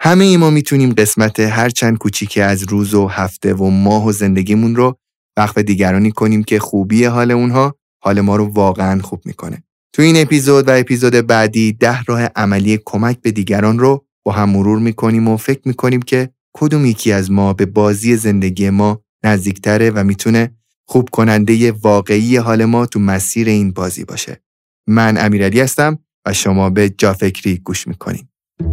همه ما میتونیم قسمت هر چند کوچیکی از روز و هفته و ماه و زندگیمون رو وقف دیگرانی کنیم که خوبی حال اونها حال ما رو واقعاً خوب میکنه. تو این اپیزود و اپیزود بعدی 10 راه عملی کمک به دیگران رو با هم مرور میکنیم و فکر میکنیم که کدوم یکی از ما به بازی زندگی ما نزدیکتره و میتونه خوب کننده واقعی حال ما تو مسیر این بازی باشه. من امیرعلی هستم و شما به جافکری گوش میکنید.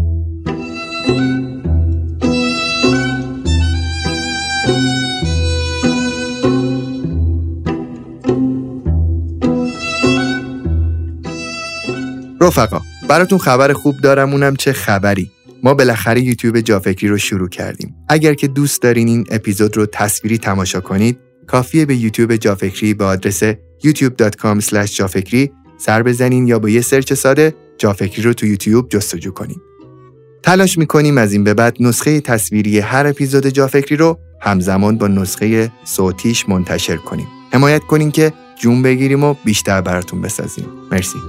رفقا، براتون خبر خوب دارم، اونم چه خبری. ما بالاخره یوتیوب جافکری رو شروع کردیم. اگر که دوست دارین این اپیزود رو تصویری تماشا کنید، کافیه به یوتیوب جافکری به آدرس youtube.com/jafekri سر بزنین یا با یه سرچ ساده جافکری رو تو یوتیوب جستجو کنین. تلاش میکنیم از این به بعد نسخه تصویری هر اپیزود جافکری رو همزمان با نسخه صوتیش منتشر کنیم. حمایت کنین که جون بگیریم و بیشتر براتون بسازیم. مرسی.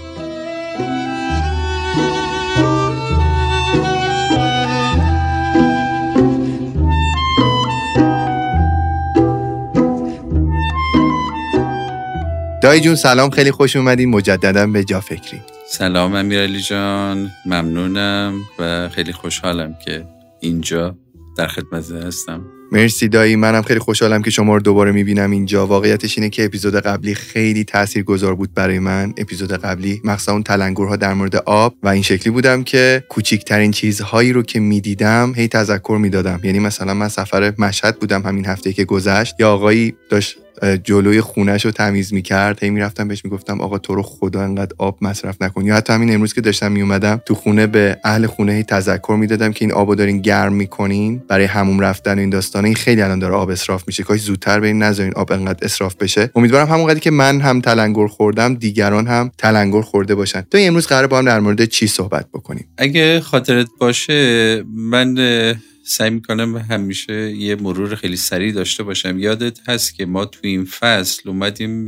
دایی جون سلام، خیلی خوش اومدین مجددا به جافکری. سلام امیرعلی جان، ممنونم و خیلی خوشحالم که اینجا در خدمت هستم. مرسی دایی، منم خیلی خوشحالم که شما رو دوباره میبینم اینجا. واقعیتش اینه که اپیزود قبلی خیلی تاثیرگذار بود برای من. اپیزود قبلی مخصوصا اون تلنگرها در مورد آب و این شکلی بودم که کوچیکترین چیزهایی رو که میدیدم هی تذکر میدادم. یعنی مثلا من سفر مشهد بودم همین هفته که گذشت، یا آقایی داشت جلوی خونه‌ش رو تمیز می‌کرد، هی میرفتم بهش میگفتم آقا تو رو خدا انقدر آب مصرف نکن. یا حتی همین امروز که داشتم میومدم تو خونه به اهل خونه هی تذکر میدادم که این آبو دارین گرم می‌کنین برای حموم رفتن و این داستانا، این خیلی الان داره آب اسراف میشه، کاش زودتر برین نذارین آب انقدر اسراف بشه. امیدوارم همونقدری که من هم تلنگر خوردم دیگران هم تلنگر خورده باشن. تو امروز قراره با هم در مورد چی صحبت بکنیم؟ اگه خاطرت باشه من سعی میکنم همیشه یه مرور خیلی سریع داشته باشم. یادت هست که ما تو این فصل اومدیم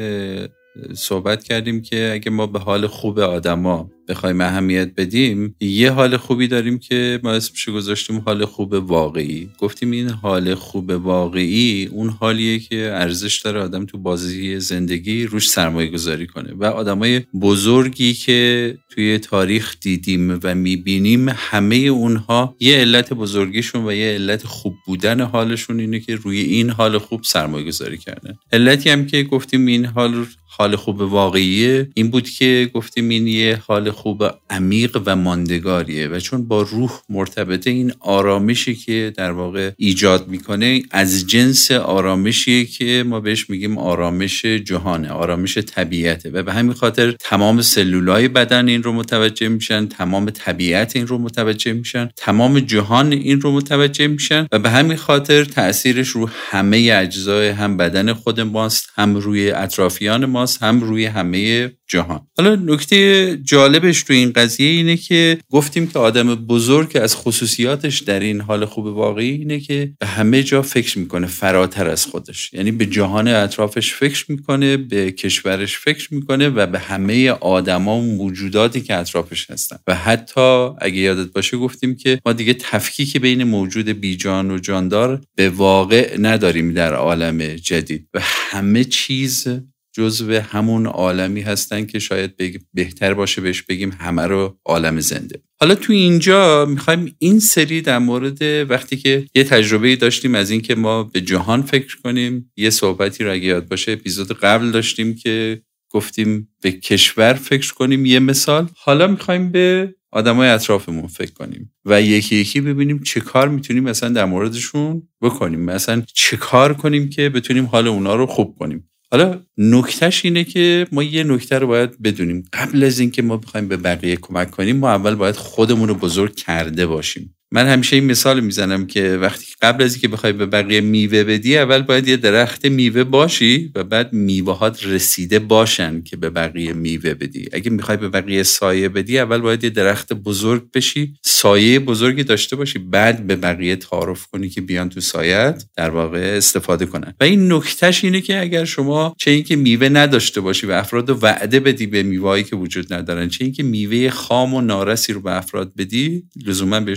صحبت کردیم که اگه ما به حال خوب آدما بخوایم اهمیت بدیم، یه حال خوبی داریم که ما اسمش گذاشتیم حال خوب واقعی. گفتیم این حال خوب واقعی اون حالیه که ارزش داره آدم تو بازی زندگی روش سرمایه گذاری کنه و آدمای بزرگی که توی تاریخ دیدیم و میبینیم همه اونها یه علت بزرگیشون و یه علت خوب بودن حالشون اینه که روی این حال خوب سرمایه گذاری کردن. علتی هم که گفتیم این حال خوب واقعیه این بود که گفتیم این یه حال خوب عمیق و ماندگاریه و چون با روح مرتبطه، این آرامشی که در واقع ایجاد میکنه از جنس آرامشیه که ما بهش میگیم آرامش جهانه، آرامش طبیعته و به همین خاطر تمام سلولای بدن این رو متوجه میشن، تمام طبیعت این رو متوجه میشن، تمام جهان این رو متوجه میشن و به همین خاطر تأثیرش رو همه اجزای هم بدن خود ماست، هم روی اطرافیان ماست، هم روی همه جهان. حالا نکته جالبش تو این قضیه اینه که گفتیم که آدم بزرگ از خصوصیاتش در این حال خوب واقعی اینه که به همه جا فکر میکنه فراتر از خودش، یعنی به جهان اطرافش فکر میکنه، به کشورش فکر میکنه و به همه آدما و موجوداتی که اطرافش هستن. و حتی اگه یادت باشه گفتیم که ما دیگه تفکیک بین موجود بیجان و جاندار به واقع نداریم در عالم جدید و همه چیز جزو همون عالمی هستن که شاید بهتر باشه بهش بگیم همه رو عالم زنده. حالا تو اینجا میخوایم این سری در مورد وقتی که یه تجربه‌ای داشتیم از این که ما به جهان فکر کنیم، یه صحبتی رو اگه یاد باشه اپیزود قبل داشتیم که گفتیم به کشور فکر کنیم، یه مثال. حالا میخوایم به آدمای اطرافمون فکر کنیم و یکی یکی ببینیم چه کار میتونیم مثلا در موردشون بکنیم، مثلا چه کار کنیم که بتونیم حال اونا رو خوب کنیم. حالا نکتهش اینه که ما یه نکته رو باید بدونیم. قبل از این که ما بخوایم به بقیه کمک کنیم، ما اول باید خودمون رو بزرگ کرده باشیم. من همیشه این مثال میزنم که وقتی قبل از اینکه بخوای به بقیه میوه بدی، اول باید یه درخت میوه باشی و بعد میوه‌هات رسیده باشن که به بقیه میوه بدی. اگه میخوای به بقیه سایه بدی، اول باید یه درخت بزرگ بشی، سایه بزرگی داشته باشی، بعد به بقیه تعارف کنی که بیان تو سایت در واقع استفاده کنن. و این نکتهش اینه که اگر شما چه اینکه میوه نداشته باشی و افراد رو وعده بدی به میوه‌ای که وجود ندارن، چه اینکه میوه خام و نارسی رو به افراد بدی، لزوما بهشون کمک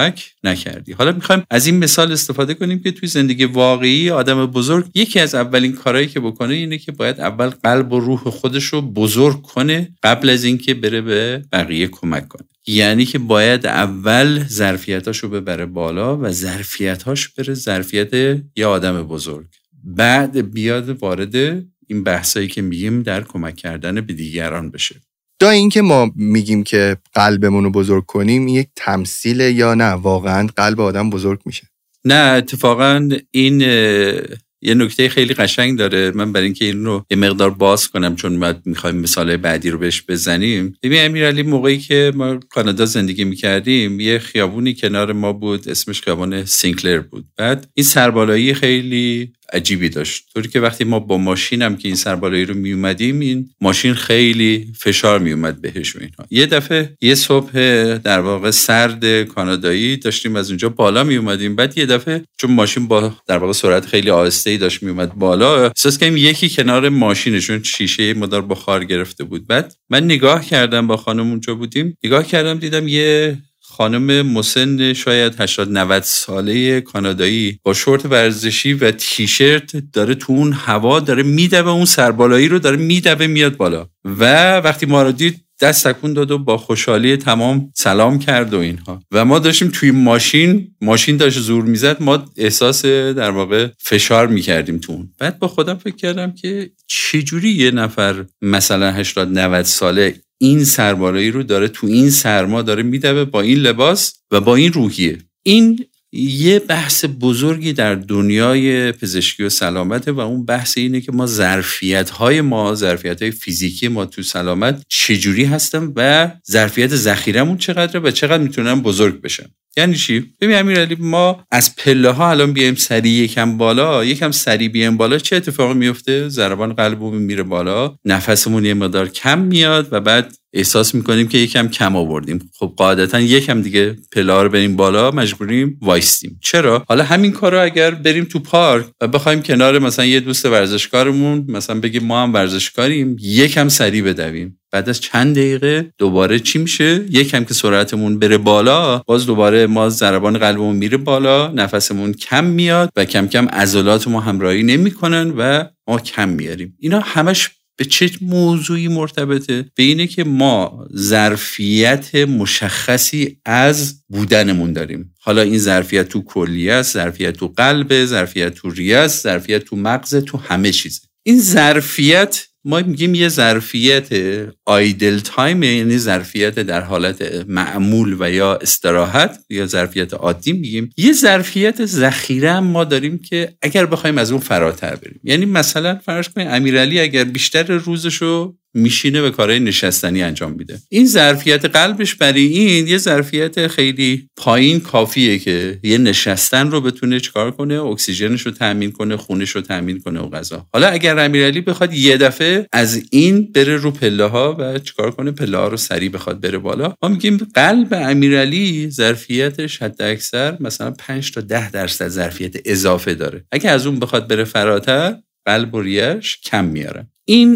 کمک نکردی. حالا میخوایم از این مثال استفاده کنیم که توی زندگی واقعی آدم بزرگ یکی از اولین کارهایی که بکنه اینه که باید اول قلب و روح خودش رو بزرگ کنه قبل از اینکه بره به بقیه کمک کنه. یعنی که باید اول ظرفیتاشو ببره بالا و ظرفیتاش بره ظرفیت یه آدم بزرگ، بعد بیاد وارد این بحثایی که میگیم در کمک کردن به دیگران بشه. دا این که ما میگیم که قلبمون رو بزرگ کنیم یک تمثیله یا نه واقعا قلب آدم بزرگ میشه؟ نه اتفاقا این یه نکته خیلی قشنگ داره. من برای اینکه این رو یه مقدار باز کنم چون ما میخوایم مثالای بعدی رو بهش بزنیم. ببین امیرعلی، موقعی که ما کانادا زندگی میکردیم یه خیابونی کنار ما بود اسمش خیابان سینکلر بود. بعد این سربالایی خیلی عجیبی داشت، طوری که وقتی ما با ماشینم که این سربالایی رو می اومدیم این ماشین خیلی فشار می اومد بهش و اینها. یه دفعه یه صبح در واقع سرد کانادایی داشتیم از اونجا بالا می اومدیم، بعد یه دفعه چون ماشین با در واقع سرعت خیلی آهسته‌ای داشت می اومد بالا، احساس کردیم یکی کنار ماشینشون شیشه مدار بخار گرفته بود. بعد من نگاه کردم، با خانم اونجا بودیم، نگاه کردم دیدم یه خانم مسن شاید 80-90 ساله کانادایی با شورت ورزشی و تیشرت داره تو اون هوا داره میدوه، اون سربالایی رو داره میدوه میاد بالا و وقتی ما رو دید دست تکون داد و با خوشحالی تمام سلام کرد و اینها. و ما داشتیم توی ماشین داشت زور میزد، ما احساس در واقع فشار میکردیم تو اون. بعد با خودم فکر کردم که چجوری یه نفر مثلا 80-90 ساله این سربالایی رو داره تو این سرما داره میدوه با این لباس و با این روحیه. این یه بحث بزرگی در دنیای پزشکی و سلامته و اون بحث اینه که ما ظرفیت‌های فیزیکی ما تو سلامت چجوری هستن و ظرفیت ذخیرمون چقدره و چقدر میتونن بزرگ بشن. یعنی چی؟ ببین امیرعلی، ما از پله ها الان بیایم سریع یکم سریع بیایم بالا، چه اتفاقی میفته؟ ضربان قلبمون میره بالا، نفسمون یه مقدار کم میاد و بعد احساس میکنیم که یکم کم آوردیم. خب قاعدتا یکم دیگه پله ها رو بریم بالا مجبوریم وایستیم. چرا؟ حالا همین کارو اگر بریم تو پارک و بخوایم کنار مثلا یه دوست ورزشکارمون مثلا بگیم ما هم ورزشکاریم، یکم سریع بدویم، بعد از چند دقیقه دوباره چی میشه؟ یکم که سرعتمون بره بالا، باز دوباره ما ضربان قلبمون میره بالا، نفسمون کم میاد و کم کم عضلات ما همراهی نمیکنن و ما کم میاریم. اینا همش به چه موضوعی مرتبطه؟ به اینه که ما ظرفیت مشخصی از بودنمون داریم. حالا این ظرفیت تو کلیه است، ظرفیت تو قلب، ظرفیت تو ریه است، ظرفیت تو مغز، تو همه چیزه. این ظرفیت ما میگیم یه ظرفیت آیدل تایم، یعنی ظرفیت در حالت معمول و یا استراحت یا ظرفیت عادی میگیم. یه ظرفیت ذخیره ما داریم که اگر بخوایم از اون فراتر بریم، یعنی مثلا فرض کنید امیرعلی اگر بیشتر روزشو میشینه به کارهای نشستنی انجام میده، این ظرفیت قلبش برای این یه ظرفیت خیلی پایین کافیه که یه نشستن رو بتونه چکار کنه، اکسیژنش رو تامین کنه، خونش رو تامین کنه و غذا. حالا اگر امیرعلی بخواد یه دفعه از این بره رو پله ها و چکار کنه، پله ها رو سریع بخواد بره بالا، ما میگیم قلب امیرعلی ظرفیتش حد اکثر مثلا 5 تا 10% ظرفیت اضافه داره. اگه از اون بخواد بره فراتر، قلب و ریه‌اش کم میاره. این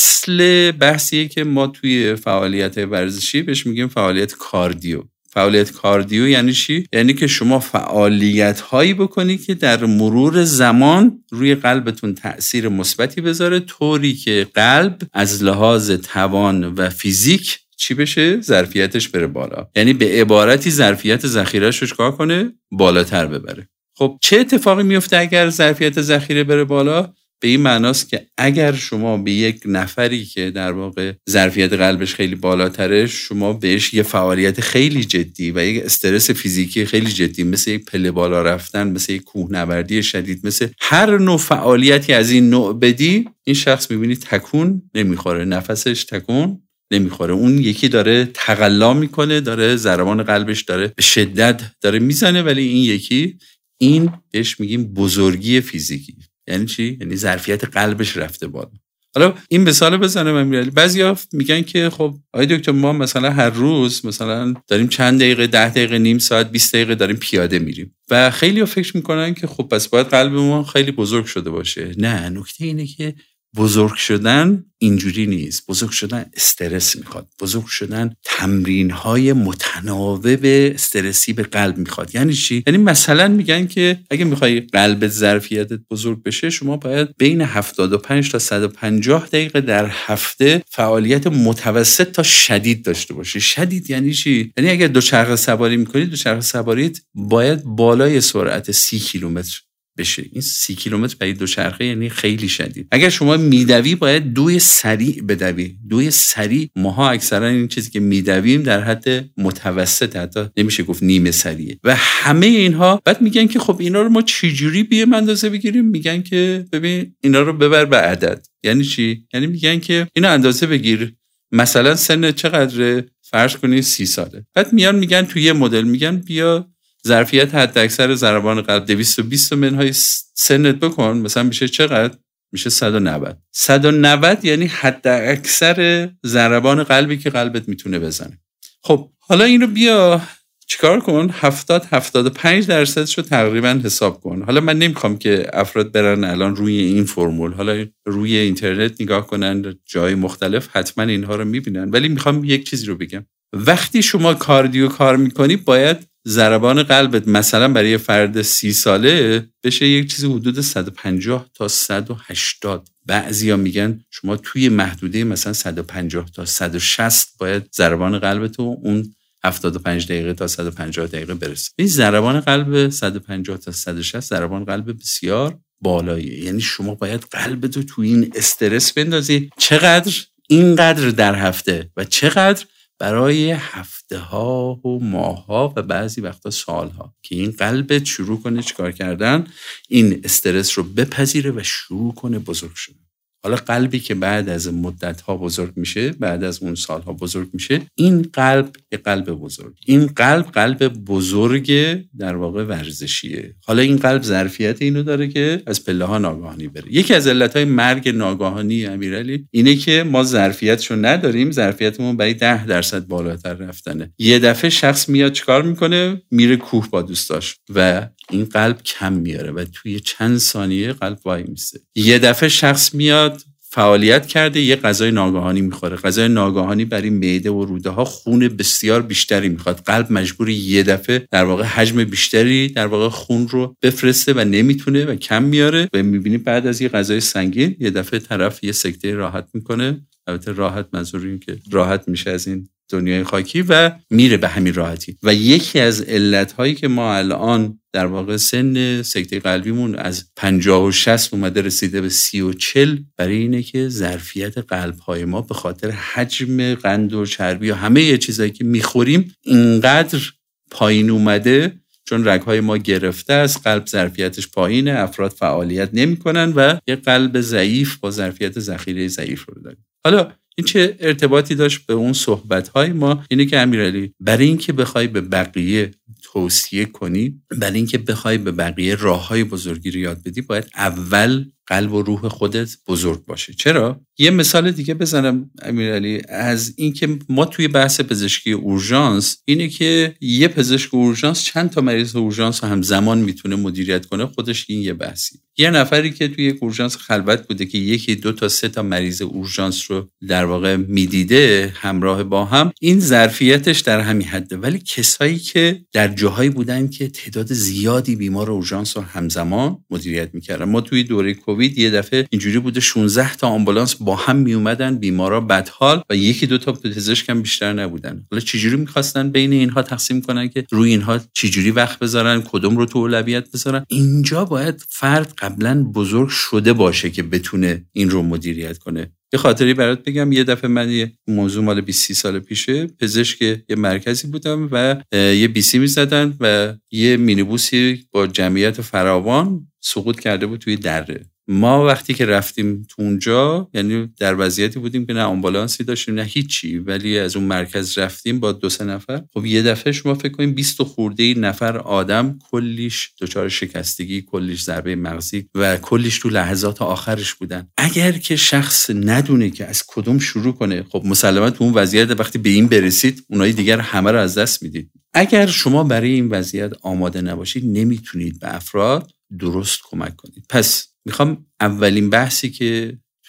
اصل بحثیه که ما توی فعالیت ورزشی بهش میگیم فعالیت کاردیو. فعالیت کاردیو یعنی چی؟ یعنی که شما فعالیت هایی بکنی که در مرور زمان روی قلبتون تأثیر مثبتی بذاره، طوری که قلب از لحاظ توان و فیزیک چی بشه؟ ظرفیتش بره بالا. یعنی به عبارتی ظرفیت ذخیره‌اش رو چیکار کنه؟ بالاتر ببره. خب چه اتفاقی میفته اگر ظرفیت ذخیره بره بالا؟ به این معناست که اگر شما به یک نفری که در واقع ظرفیت قلبش خیلی بالاتره، شما بهش یه فعالیت خیلی جدی و یک استرس فیزیکی خیلی جدی مثل یک پله بالا رفتن، مثل یک کوهنوردی شدید، مثل هر نوع فعالیتی از این نوع بدی، این شخص میبینی تکون نمیخوره، نفسش تکون نمیخوره. اون یکی داره تقلا میکنه، داره ضربان قلبش داره به شدت داره میزنه، ولی این یکی، این بهش میگیم بزرگی فیزیکی. یعنی چی؟ یعنی ظرفیت قلبش رفته بالا. حالا این مثال بزنم امیرعلی، بعضیا میگن که خب آقای دکتر ما مثلا هر روز مثلا داریم چند دقیقه، 10 دقیقه، نیم ساعت، 20 دقیقه داریم پیاده میریم و خیلی‌ها فکر میکنن که خب پس باید قلب ما خیلی بزرگ شده باشه. نه، نکته اینه که بزرگ شدن اینجوری نیست. بزرگ شدن استرس میخواد. بزرگ شدن تمرین‌های متناوب استرسی به قلب میخواد. یعنی چی؟ یعنی مثلا میگن که اگه میخوای قلبت ظرفیتت بزرگ بشه، شما باید بین 75 تا 150 دقیقه در هفته فعالیت متوسط تا شدید داشته باشی. شدید یعنی چی؟ یعنی اگه دوچرخه سواری میکنی، دوچرخه سواریت باید بالای سرعت 30 کیلومتر بشه. این 30 کیلومتر برای دوچرخه یعنی خیلی شدید. اگر شما میدوی باید دوی سریع بدوی. دوی سریع، ماها اکثرا این چیزی که میدویم در حد متوسط، حتی نمیشه گفت نیمه سریعه. و همه اینها بعد میگن که خب اینا رو ما چجوری بیام اندازه بگیریم؟ میگن که ببین اینا رو ببر به عدد. یعنی چی؟ یعنی میگن که اینا اندازه بگیر، مثلا سن چقدره؟ فرض کنید 30 ساله. بعد میان میگن توی یه مدل میگن بیا ظرفیت حد اکثر ضربان قلب 220 منهای سنت بکن، مثلا میشه چقدر؟ میشه 190. 190 یعنی حد اکثر ضربان قلبی که قلبت میتونه بزنه. خب حالا اینو بیا چیکار کن؟ 70-75% رو تقریبا حساب کن. حالا من نمیخوام که افراد برن الان روی این فرمول، حالا روی اینترنت نگاه کنن، جای مختلف حتما اینها رو میبینن، ولی میخوام یک چیزی رو بگم. وقتی شما کاردیو کار میکنی باید ضربان قلبت مثلا برای فرد 30 ساله بشه یک چیزی حدود 150 تا 180. بعضیا میگن شما توی محدوده مثلا 150 تا 160 باید ضربان قلبت اون 75 دقیقه تا 150 دقیقه برسه. این ضربان قلب 150 تا 160 ضربان قلب بسیار بالاییه. یعنی شما باید قلبتو تو این استرس بندازی. چقدر؟ اینقدر در هفته و چقدر برای هفته ها و ماه ها و بعضی وقتا سال ها که این قلبت شروع کنه چیکار کردن؟ این استرس رو بپذیره و شروع کنه بزرگ شدن. حالا قلبی که بعد از مدت ها بزرگ میشه، بعد از اون سال ها بزرگ میشه، این قلب یه قلب بزرگ. این قلب بزرگ در واقع ورزشیه. حالا این قلب ظرفیت اینو داره که از پله ها ناگهانی بره. یکی از علتهای مرگ ناگهانی امیرعلی اینه که ما ظرفیتشو نداریم، ظرفیتمون برای 10% بالاتر رفتنه. یه دفعه شخص میاد چیکار میکنه؟ میره کوه با دوستاش و این قلب کم میاره و توی چند ثانیه قلب وای میسته. یه دفعه شخص میاد فعالیت کرده، یه غذای ناگهانی میخوره. غذای ناگهانی برای معده و روده ها خون بسیار بیشتری میخواد. قلب مجبور یه دفعه در واقع حجم بیشتری در واقع خون رو بفرسته و نمیتونه و کم میاره و میبینی بعد از یه غذای سنگین یه دفعه طرف یه سکته راحت میکنه. البته راحت منظور این که راحت میشه از این دنیای خاکی و میره به همین راحتی. و یکی از علتهایی که ما الان در واقع سن سکته قلبیمون از 50 و 60 اومده رسیده به 30 و 40 برای اینه که ظرفیت قلب‌های ما به خاطر حجم قند و چربی و همه چیزایی که میخوریم اینقدر پایین اومده، چون رگ‌های ما گرفته است، قلب ظرفیتش پایینه، افراد فعالیت نمی‌کنن و یه قلب ضعیف با ظرفیت ذخیره ضعیف رو داریم. حالا این چه ارتباطی داشت به اون صحبت‌های ما؟ اینه که امیرعلی برای اینکه بخوای به بقیه توصیه کنی، برای اینکه بخوای به بقیه راه‌های بزرگی رو یاد بدی، باید اول قلب و روح خودت بزرگ باشه. چرا؟ یه مثال دیگه بزنم امیرعلی از اینکه ما توی بحث پزشکی اورژانس اینه که یه پزشک اورژانس چند تا مریض اورژانس رو همزمان میتونه مدیریت کنه. خودش این یه بحثی. یه نفری که توی اورژانس خلوت بوده که 1 2 تا 3 تا مریض اورژانس رو در واقع میدیده همراه با هم، این ظرفیتش در همین حده. ولی کسایی که در جاهایی بودن که تعداد زیادی بیمار اورژانس رو همزمان مدیریت میکردن، ما توی دوره کووید یه دفعه اینجوری بوده 16 تا آمبولانس با هم می اومدن، بیمارا بدحال و 1 2 تا پزشک هم بیشتر نبودن. حالا چجوری می‌خواستن بین اینها تقسیم کنن که روی اینها چجوری وقت بذارن، کدوم رو تو اولویت بذارن؟ اینجا باید فرد قبلا بزرگ شده باشه که بتونه این رو مدیریت کنه. یه خاطری برات بگم. یه دفعه من یه موضوع مال 20 سال پیشه پزشک یه مرکزی بودم و یه بیسی می‌زدن و یه مینیبوسی با جمعیت فراوان سقوط کرده بود توی دره. ما وقتی که رفتیم تو اونجا یعنی در وضعیتی بودیم که نه آمبولانسی داشتیم نه هیچی، ولی از اون مرکز رفتیم با 2-3 نفر. خب یه دفعه شما فکر کنیم 20 خورده نفر آدم کلیش دچار شکستگی، کلیش ضربه مغزی و کلیش تو لحظات آخرش بودن. اگر که شخص ندونه که از کدوم شروع کنه، خب مسلماً تو اون وضعیت وقتی به این برسید اونای دیگر همه رو از دست میدید. اگر شما برای این وضعیت آماده نباشید نمیتونید به افراد درست کمک کنید. پس میخوام اولین بحثی که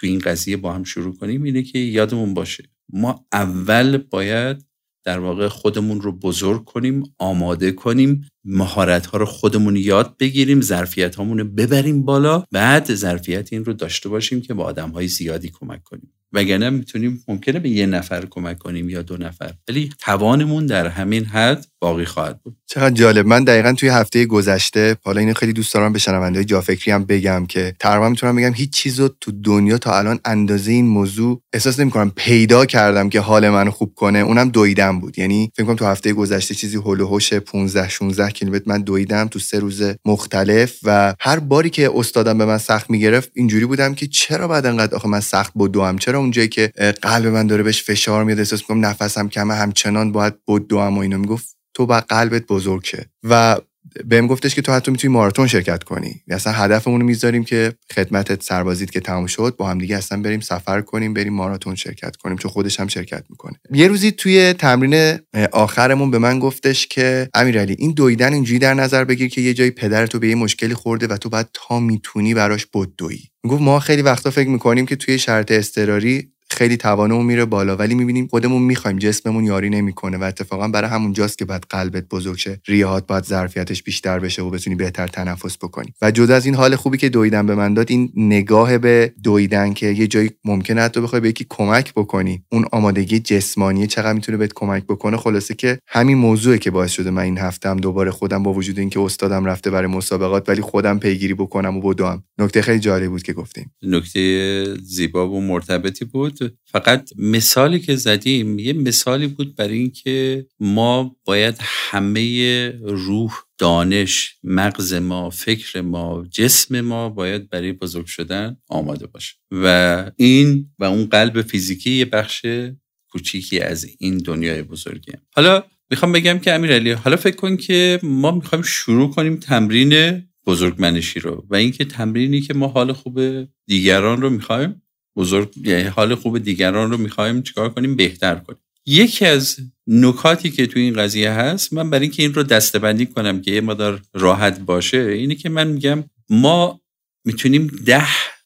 تو این قضیه با هم شروع کنیم اینه که یادمون باشه ما اول باید در واقع خودمون رو بزرگ کنیم، آماده کنیم، مهارت‌ها رو خودمون یاد بگیریم، ظرفیت‌هامون رو ببریم بالا، بعد ظرفیت این رو داشته باشیم که با آدم‌های زیادی کمک کنیم. وگرنه میتونیم ممکنه به یه نفر کمک کنیم یا 2 نفر، ولی توانمون در همین حد باقی خواهد بود. چقدر جالب. من دقیقاً توی هفته گذشته، حالا اینو خیلی دوست دارم به شنونده‌های جافکری هم بگم که تقریبا میتونم بگم هیچ چیزو تو دنیا تا الان اندازه این موضوع احساس نمی‌کنم پیدا کردم که حال منو خوب کنه، اونم دویدن بود. یعنی فکر کنم تو هفته گذشته چیزی هول و هوش 15-16 کیلومتر من دویدم تو 3 روز مختلف و هر باری که استادم به من سخت میگرفت اینجوری بودم که چرا بعد انقدر آخه من سخت بدوام، چرا اونجایی که قلب من داره بهش فشار میاد احساس می‌کنم نفسم کمه همچنان باید بدوام و اینو میگفت تو با قلبت بزرگ شه و بهم گفتش که تو حتی میتونی ماراتون شرکت کنی. اصلا هدفمون رو میذاریم که خدمت سربازیت که تموم شد با هم دیگه اصلا بریم سفر کنیم، بریم ماراتون شرکت کنیم، چون خودش هم شرکت میکنه. یه روزی توی تمرین آخرمون به من گفتش که امیرعلی این دویدن اینجوری در نظر بگیر که یه جایی پدرتو به یه مشکلی خورده و تو باید تا میتونی براش بدویی. میگفت ما خیلی وقتا فکر میکنیم که توی شرط اضطراری خیلی توانمون میره بالا ولی میبینیم خودمون میخوایم جسممون یاری نمیکنه و اتفاقا برای همونجاست که بعد قلبت بزرگ شه، ریه‌هات باید ظرفیتش بیشتر بشه و بتونی بهتر تنفس بکنی. و جدا از این حال خوبی که دویدن به من داد، این نگاه به دویدن که یه جایی ممکنه حتی بخوای به یکی کمک بکنی، اون آمادگی جسمانی چقدر میتونه بهت کمک بکنه. خلاصه که همین موضوعی که باعث شده من این هفته‌ام دوباره خودم با وجود اینکه استادم رفته برای مسابقات ولی خودم پیگیری بکنم و بدوم. نکته خیلی جالبی بود که گفتیم. نکته زیبا و مرتبطی بود. فقط مثالی که زدیم یه مثالی بود برای این که ما باید همه روح، دانش، مغز ما، فکر ما، جسم ما باید برای بزرگ شدن آماده باشه و این و اون قلب فیزیکی یه بخش کوچیکی از این دنیای بزرگی. حالا میخوام بگم که امیرعلی، حالا فکر کن که ما میخوایم شروع کنیم تمرین بزرگمنشی رو و اینکه تمرینی که ما حال خوب دیگران رو میخوایم یعنی حال خوب دیگران رو میخوایم چیکار کنیم؟ بهتر کنیم. یکی از نکاتی که تو این قضیه هست، من برای اینکه این رو دسته‌بندی کنم که یه مقدار راحت باشه، اینه که من میگم ما میتونیم 10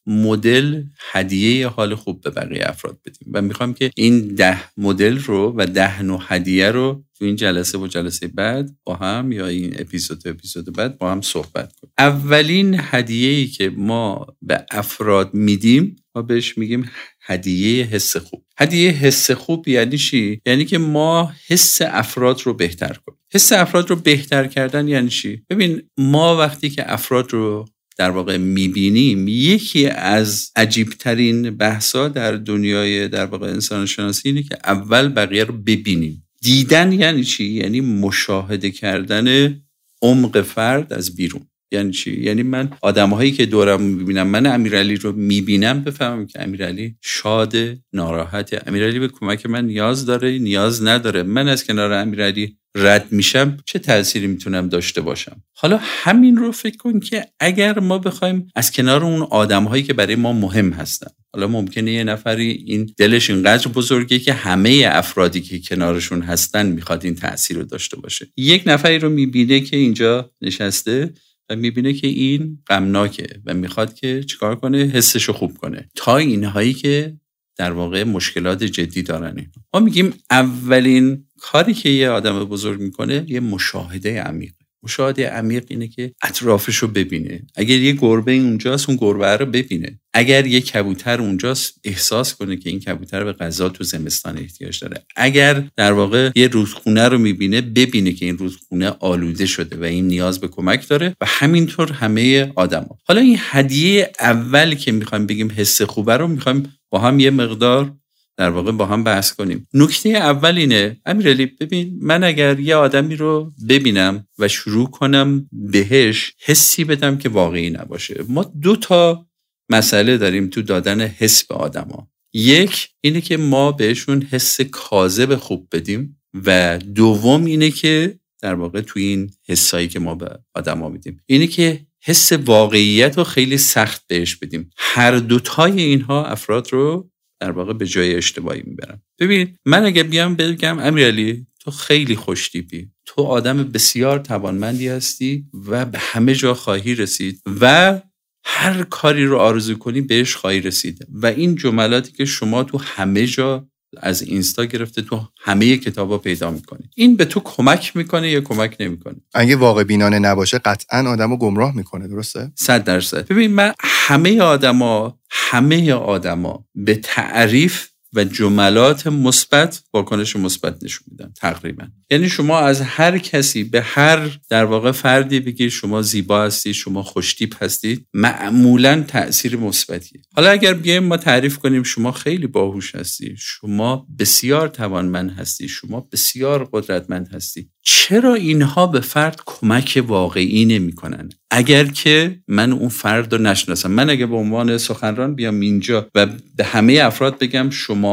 مدل هدیه حال خوب به بقیه افراد بدیم و میخوام که این 10 مدل رو و 10 نوع هدیه رو تو این جلسه و جلسه بعد با هم یا این اپیزود بعد با هم صحبت کنیم. اولین هدیه‌ای که ما به افراد میدیم ما بهش میگیم هدیه حس خوب. هدیه حس خوب یعنی چی؟ یعنی که ما حس افراد رو بهتر کنیم. حس افراد رو بهتر کردن یعنی چی؟ ببین ما وقتی که افراد رو در واقع میبینیم، یکی از عجیبترین بحثا در دنیای در واقع انسان شناسی اینه که اول بقیه رو ببینیم. دیدن یعنی چی؟ یعنی مشاهده کردن عمق فرد از بیرون. یعنی چی؟ یعنی من آدم‌هایی که دورم می‌بینم، من امیرعلی رو می‌بینم بفهمم که امیرعلی شاد، ناراحته، امیرعلی به کمک من نیاز داره، نیاز نداره، من از کنار امیرعلی رد میشم چه تأثیری میتونم داشته باشم. حالا همین رو فکر کن که اگر ما بخوایم از کنار اون آدم‌هایی که برای ما مهم هستن، حالا ممکنه یه نفری این دلش اینقدر بزرگه که همه افرادی که کنارشون هستن میخواد این تأثیر رو داشته باشه. یک نفری رو میبینه که اینجا نشسته و میبینه که این غمناکه و میخواد که چیکار کنه؟ حسشو خوب کنه. تا اینهایی که در واقع مشکلات جدی دارن. ما میگیم اولین کاری که یه آدم بزرگ میکنه یه مشاهده عمیق. مشاهده عمیق اینه که اطرافشو ببینه. اگر یه گربه اونجاست اون گربه رو ببینه. اگر یه کبوتر اونجاست احساس کنه که این کبوتر به غذا تو زمستان احتیاج داره. اگر در واقع یه رودخونه رو میبینه ببینه که این رودخونه آلوده شده و این نیاز به کمک داره و همینطور همه آدما. حالا این هدیه اولی که میخوایم بگیم حس خوبه رو میخوایم با هم یه مقدار در واقع با هم بحث کنیم. نکته اول اینه امیرعلی، ببین من اگر یه آدمی رو ببینم و شروع کنم بهش حسی بدم که واقعی نباشه، ما 2 مسئله داریم تو دادن حس به آدما. یک اینه که ما بهشون حس کاذب خوب بدیم و دوم اینه که در واقع تو این حسایی که ما به آدما میدیم اینه که حس واقعیت رو خیلی سخت بهش بدیم. هر 2 اینها افراد رو در واقع به جای اشتباهی میبرم. ببین من اگه بیام بگم امیرعلی تو خیلی خوشتیپی، تو آدم بسیار توانمندی هستی و به همه جا خواهی رسید و هر کاری رو آرزو کنی بهش خواهی رسید. و این جملاتی که شما تو همه جا از اینستا گرفته تو همه کتابا پیدا میکنی، این به تو کمک میکنه یا کمک نمیکنه؟ اگه واقع بینانه نباشه قطعاً آدمو گمراه میکنه. درسته؟ 100%. ببین من همه آدما به تعریف و جملات مثبت واکنش مثبت نشون میدن تقریبا. یعنی شما از هر کسی به هر در واقع فردی بگید شما زیبا هستید، شما خوشتیپ هستید، معمولا تأثیر مثبتیه. حالا اگر بیایم ما تعریف کنیم شما خیلی باهوش هستی، شما بسیار توانمند هستی، شما بسیار قدرتمند هستی، چرا اینها به فرد کمک واقعی نمی‌کنن؟ اگر که من اون فرد رو نشناسم، من اگه به عنوان سخنران بیام اینجا و به همه افراد بگم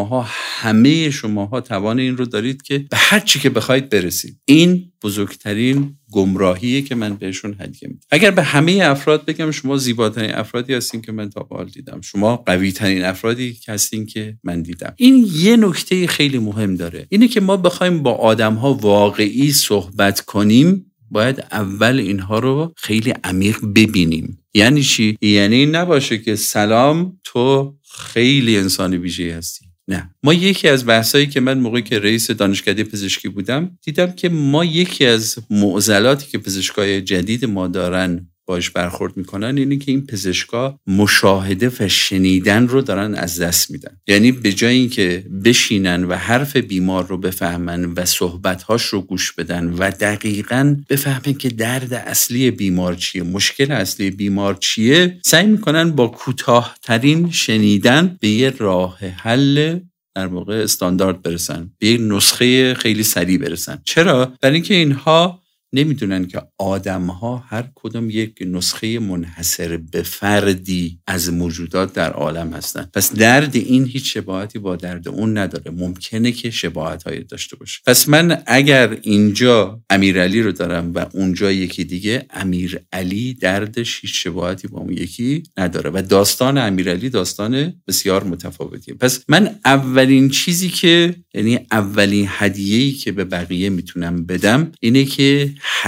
همه شماها توان این رو دارید که به هر چی که بخواید برسید، این بزرگترین گمراهیه که من بهشون هدیه میدم. اگر به همه افراد بگم شما زیباترین افرادی هستین که من تا به حال دیدم، شما قوی‌ترین افرادی هستین که من دیدم، این یه نکته خیلی مهم داره، اینه که ما بخوایم با آدم‌ها واقعی صحبت کنیم باید اول اینها رو خیلی عمیق ببینیم. یعنی چی؟ یعنی این نباشه که سلام تو خیلی انسان ویژه‌ای هستی. نه، ما یکی از بحثایی که من موقعی که رئیس دانشکده پزشکی بودم دیدم که ما یکی از معضلاتی که پزشکای جدید ما دارن باش برخورد میکنن اینه که این پزشکا مشاهده و شنیدن رو دارن از دست میدن. یعنی به جای اینکه بشینن و حرف بیمار رو بفهمن و صحبت‌هاش رو گوش بدن و دقیقاً بفهمن که درد اصلی بیمار چیه، مشکل اصلی بیمار چیه، سعی میکنن با کوتاه‌ترین شنیدن به یه راه حل در واقع استاندارد برسن، به یه نسخه خیلی سریع برسن. چرا؟ برای اینکه اینها نمیدونن که آدم‌ها هر کدوم یک نسخه منحصر به فردی از موجودات در عالم هستن. پس درد این هیچ شباهتی با درد اون نداره. ممکنه که شباهت‌هایی داشته باشه. پس من اگر اینجا امیرعلی رو دارم و اونجا یکی دیگه، امیرعلی دردش هیچ شباهتی با اون یکی نداره و داستان امیرعلی داستان بسیار متفاوتیه. پس من اولین چیزی که یعنی اولین هدیه‌ای که به بقیه میتونم بدم اینه که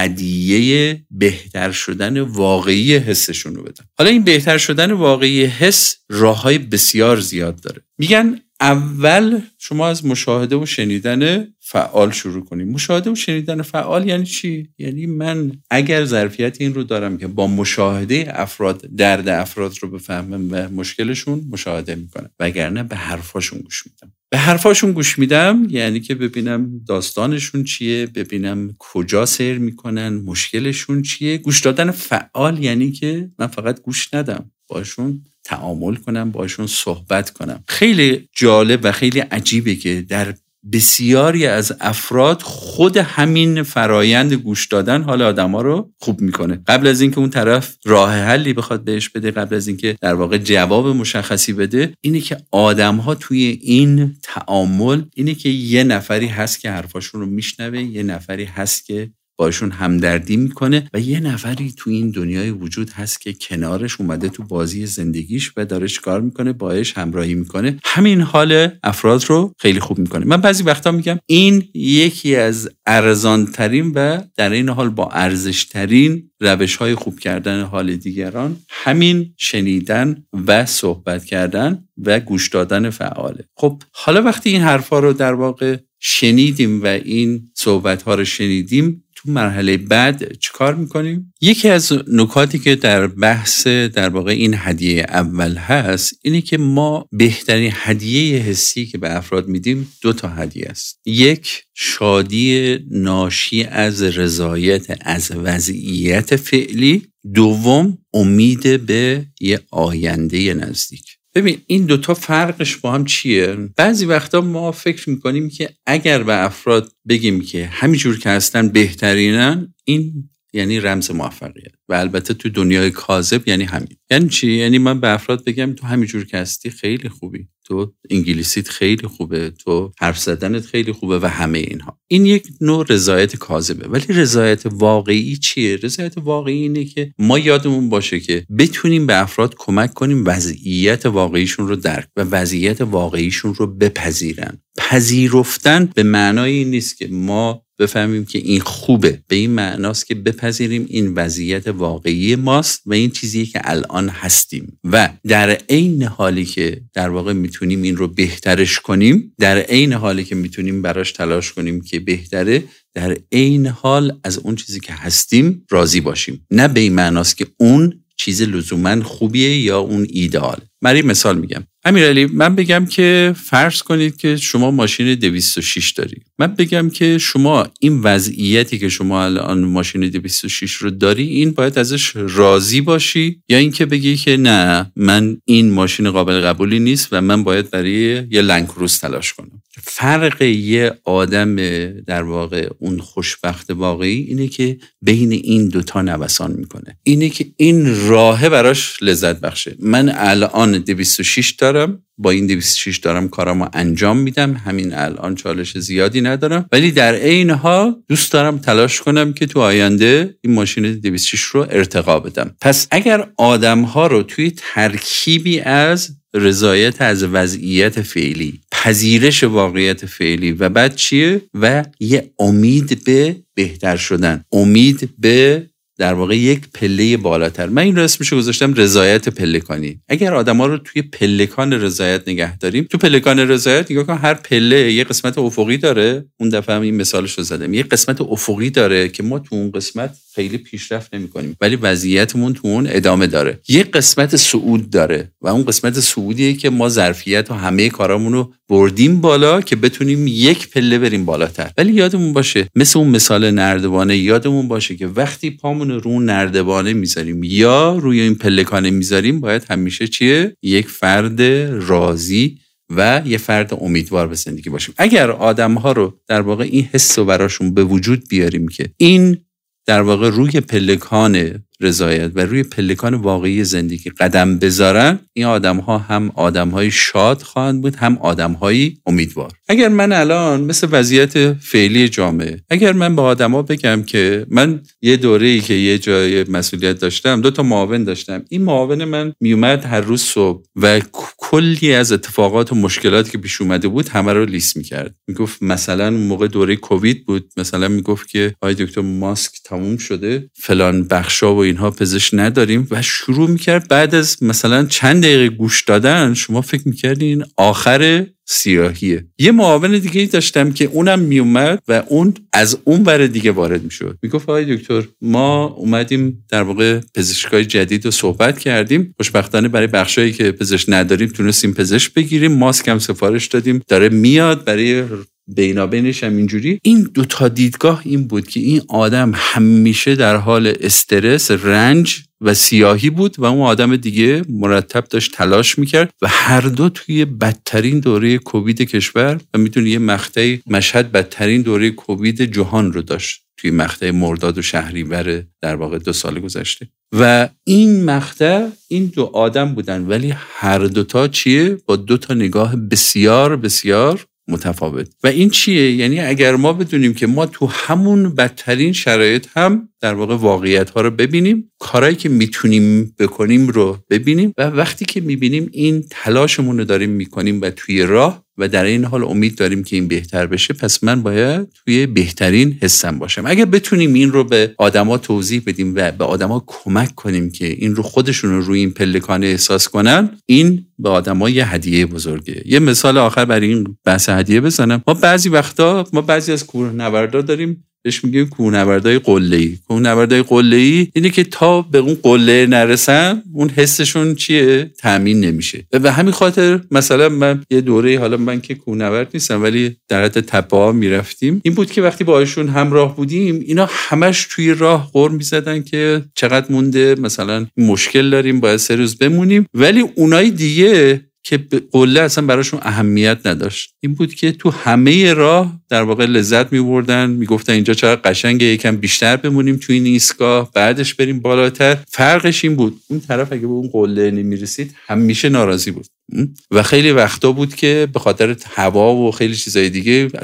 هدیه بهتر شدن واقعی حسشون رو بدن. حالا این بهتر شدن واقعی حس راه‌های بسیار زیاد داره. میگن اول شما از مشاهده و شنیدن فعال شروع کنیم. مشاهده و شنیدن فعال یعنی چی؟ یعنی من اگر ظرفیت این رو دارم که با مشاهده افراد درد افراد رو بفهمم و مشکلشون مشاهده میکنم، وگرنه به حرفاشون گوش میدم. به حرفاشون گوش میدم یعنی که ببینم داستانشون چیه، ببینم کجا سیر میکنن، مشکلشون چیه. گوش دادن فعال یعنی که من فقط گوش ندم، باشون تعامل کنم، باشون صحبت کنم. خیلی جالب و خیلی عجیبه که در بسیاری از افراد خود همین فرایند گوش دادن حال آدما رو خوب میکنه. قبل از اینکه اون طرف راه حلی بخواد بهش بده، قبل از اینکه در واقع جواب مشخصی بده، اینه که آدم‌ها توی این تعامل اینه که یه نفری هست که حرفاشون رو میشنوه، یه نفری هست که باشون همدردی میکنه و یه نفری تو این دنیای وجود هست که کنارش اومده تو بازی زندگیش و داره چیکار میکنه، باهاش همراهی میکنه. همین حال افراد رو خیلی خوب میکنه. من بعضی وقتا میگم این یکی از ارزانترین و در این حال با ارزشترین روش‌های خوب کردن حال دیگران همین شنیدن و صحبت کردن و گوش دادن فعاله. خب حالا وقتی این حرفا رو در واقع شنیدیم و این صحبت‌ها رو شنیدیم، تو مرحله بعد چیکار میکنیم؟ یکی از نکاتی که در بحث در واقع این هدیه اول هست اینه که ما بهترین هدیه حسی که به افراد میدیم 2 تا هدیه است. یک، شادی ناشی از رضایت از وضعیت فعلی. دوم، امید به یه آینده نزدیک. ببین این 2 تا فرقش با هم چیه؟ بعضی وقتا ما فکر میکنیم که اگر به افراد بگیم که همینجور که هستن بهترینن، این یعنی رمز موفقیت. و البته تو دنیای کاذب یعنی همین. یعنی چی؟ یعنی من به افراد بگم تو همینجور که هستی خیلی خوبی، تو انگلیسیت خیلی خوبه، تو حرف زدنت خیلی خوبه و همه اینها. این یک نوع رضایت کاذبه. ولی رضایت واقعی چیه؟ رضایت واقعی اینه که ما یادمون باشه که بتونیم به افراد کمک کنیم وضعیت واقعیشون رو درک و وضعیت واقعیشون رو بپذیرن. پذیرفتن به معنای این نیست که ما بفهمیم که این خوبه، به این معناست که بپذیریم این وضعیت واقعی ماست و این چیزیه که الان هستیم و در عین حالی که در واقع میتونیم این رو بهترش کنیم، در عین حالی که میتونیم براش تلاش کنیم که بهتره، در عین حال از اون چیزی که هستیم راضی باشیم. نه به این معناست که اون چیز لزوماً خوبیه یا اون ایدئال. من مثال میگم. امیرعلی، من بگم که فرض کنید که شما ماشین 206 داری. من بگم که شما این وضعیتی که شما الان ماشین 206 رو داری، این باید ازش راضی باشی یا اینکه بگی که نه، من این ماشین قابل قبولی نیست و من باید برای یه لنگ‌کروز تلاش کنم. فرق یه آدم در واقع اون خوشبخت واقعی اینه که بین این دوتا نوسان میکنه. اینه که این راهه براش لذت بخشه. من الان 206 دارم، با این 206 دارم کارامو انجام میدم، همین الان چالش زیادی ندارم، ولی در عین حال دوست دارم تلاش کنم که تو آینده این ماشین 206 رو ارتقا بدم. پس اگر آدم‌ها رو توی ترکیبی از رضایت از وضعیت فعلی، پذیرش واقعیت فعلی و بعد چیه؟ و یه امید به بهتر شدن، امید به در واقع یک پله بالاتر. من این رو اسمشو گذاشتم رضایت پلکانی. اگر آدما رو توی پلکان رضایت نگه داریم، تو پلکان رضایت نگاه کن، هر پله یه قسمت افقی داره. اون دفعه هم این مثالش رو زدم، یه قسمت افقی داره که ما تو اون قسمت خیلی پیشرفت نمی‌کنیم ولی وضعیتمون تو اون ادامه داره. یه قسمت صعود داره و اون قسمت صعودیه که ما ظرفیت و همه کارامون رو بردیم بالا که بتونیم یک پله بریم بالاتر. ولی یادمون باشه، مثل اون مثال نردبانه، یادمون باشه که وقتی پامون رو نردبانه میذاریم یا روی این پلکانه میذاریم، باید همیشه چیه؟ یک فرد راضی و یه فرد امیدوار به زندگی باشیم. اگر آدم‌ها رو در واقع این حس رو براشون به وجود بیاریم که این در واقع روی پلکان رضایت و روی پلکان واقعی زندگی قدم بذارن، این آدم‌ها هم آدم‌های شاد خواهند بود، هم آدم‌های امیدوار. اگر من الان مثل وضعیت فعلی جامعه، اگر من به آدم‌ها بگم که من یه دوره‌ای که یه جای مسئولیت داشتم، 2 تا معاون داشتم، این معاون من میومد هر روز صبح و کلی از اتفاقات و مشکلاتی که پیش اومده بود همه رو لیست می‌کرد. میگفت مثلا موقع دوره کووید بود، مثلا میگفت که آقای دکتر ماسک تموم شده، فلان بخشا و اینها پزشک نداریم، و شروع میکرد بعد از مثلا چند دقیقه گوش دادن شما فکر میکردین آخر سیاهیه. یه معاون دیگه داشتم که اونم میومد و اون از اون ور دیگه وارد میشد، میگفت آقای دکتر ما اومدیم در واقع پزشکای جدید رو صحبت کردیم، خوشبختانه برای بخشایی که پزشک نداریم تونستیم پزشک بگیریم، ماسک هم سفارش دادیم داره میاد، برای بینابینش هم اینجوری. این 2 تا دیدگاه این بود که این آدم همیشه در حال استرس، رنج و سیاهی بود و اون آدم دیگه مرتب داشت تلاش میکرد و هر دو توی بدترین دوره کووید کشور و میتونی یه مقطعی مشهد بدترین دوره کووید جهان رو داشت توی مقطع مرداد و شهریور در واقع 2 سال گذشته. و این مقطع این 2 آدم بودن ولی هر 2 تا چیه؟ با 2 تا نگاه بسیار بسیار متفاوت. و این چیه؟ یعنی اگر ما بدونیم که ما تو همون بدترین شرایط هم در واقع واقعیت ها رو ببینیم، کارهایی که میتونیم بکنیم رو ببینیم و وقتی که میبینیم این تلاشمون رو داریم میکنیم و توی راه و در این حال امید داریم که این بهتر بشه، پس من باید توی بهترین حسم باشم. اگر بتونیم این رو به آدما توضیح بدیم و به آدما کمک کنیم که این رو خودشون رو روی این پلکانه احساس کنن، این به آدما یه هدیه بزرگه. یه مثال آخر برای این بحث هدیه بزنم. ما بعضی از کوهنوردا داریم بهش میگیم کوهنوردای قله‌ای. کوهنوردای قله‌ای اینه که تا به اون قله نرسن اون حسشون چیه؟ تامین نمیشه. و به همین خاطر مثلا من یه دوره، حالا من که کوهنورد نیستم ولی در حد تپه‌ها میرفتیم، این بود که وقتی باهاشون همراه بودیم اینا همش توی راه غر میزدن که چقدر مونده، مثلا مشکل داریم باید 3 روز بمونیم، ولی اونای دیگه که قله اصلا براشون اهمیت نداشت، این بود که تو همه راه در واقع لذت می‌بردن، میگفتن اینجا چقدر قشنگه، یکم بیشتر بمونیم توی این ایستگاه بعدش بریم بالاتر. فرقش این بود اون طرف اگه به اون قله نمی‌رسید همیشه ناراضی بود و خیلی وقتا بود که به خاطر هوا و خیلی چیزای دیگه اصلا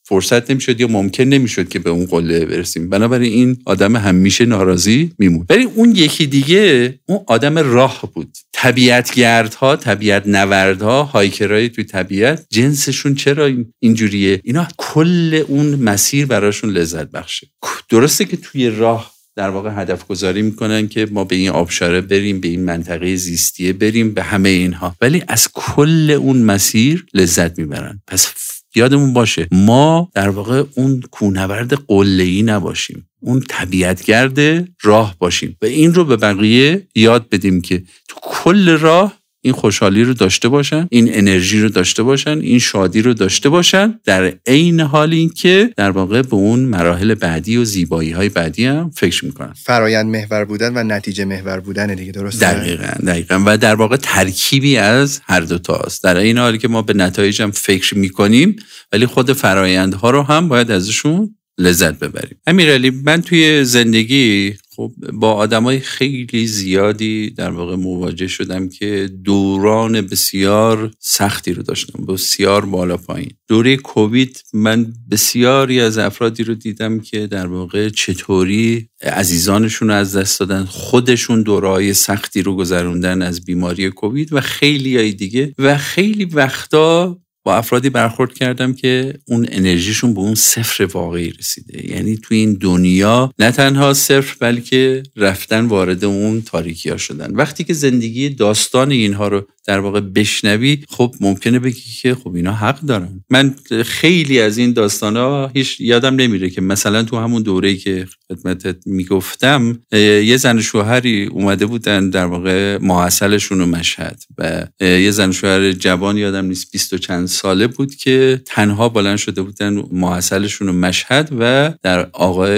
فرصت نمیشد یا ممکن نمیشد که به اون قله برسیم. بنابراین این آدم همیشه ناراضی میمون. ولی اون یکی دیگه اون آدم راه بود. طبیعتگردها، طبیعت نوردها، هایکرهای توی طبیعت جنسشون چرا اینجوریه؟ اینا کل اون مسیر براشون لذت بخشه. درسته که توی راه در واقع هدف گذاری میکنن که ما به این آبشاره بریم، به این منطقه زیستیه بریم، به همه اینها، ولی از کل اون مسیر لذت میبرن. پس یادمون باشه ما در واقع اون کوهنورد قله‌ای نباشیم، اون طبیعتگرد راه باشیم و این رو به بقیه یاد بدیم که تو کل راه این خوشحالی رو داشته باشن، این انرژی رو داشته باشن، این شادی رو داشته باشن، در عین حال این که در واقع به اون مراحل بعدی و زیبایی‌های بعدی هم فکر میکنن. فرایند محور بودن و نتیجه محور بودن دیگه، درسته؟ دقیقاً و در واقع ترکیبی از هر دو تاست. در عین حالی که ما به نتایج هم فکر میکنیم ولی خود فرایندها رو هم باید ازشون لذت ببریم. امیرعلی، من توی زندگی خب با آدمای خیلی زیادی در واقع مواجه شدم که دوران بسیار سختی رو داشتم، بسیار بالا پایین. دوره کووید من بسیاری از افرادی رو دیدم که در واقع چطوری عزیزانشون رو از دست دادن، خودشون دوره‌های سختی رو گذروندن از بیماری کووید و خیلیای دیگه، و خیلی وقتا با افرادی برخورد کردم که اون انرژیشون به اون صفر واقعی رسیده. یعنی تو این دنیا نه تنها صفر بلکه رفتن وارد اون تاریکی ها شدن. وقتی که زندگی داستان اینها رو در واقع بشنوی خب ممکنه بگی که خب اینا حق دارن. من خیلی از این داستان ها هیچ یادم نمیره که مثلا تو همون دوره‌ای که خدمتت میگفتم یه زن شوهری اومده بودن در واقع ماحصلشون رو مشهد و یه زن شوهر جوان یادم نیست 20 و چند ساله بود که تنها بلند شده بودن ماحصلشون رو مشهد و در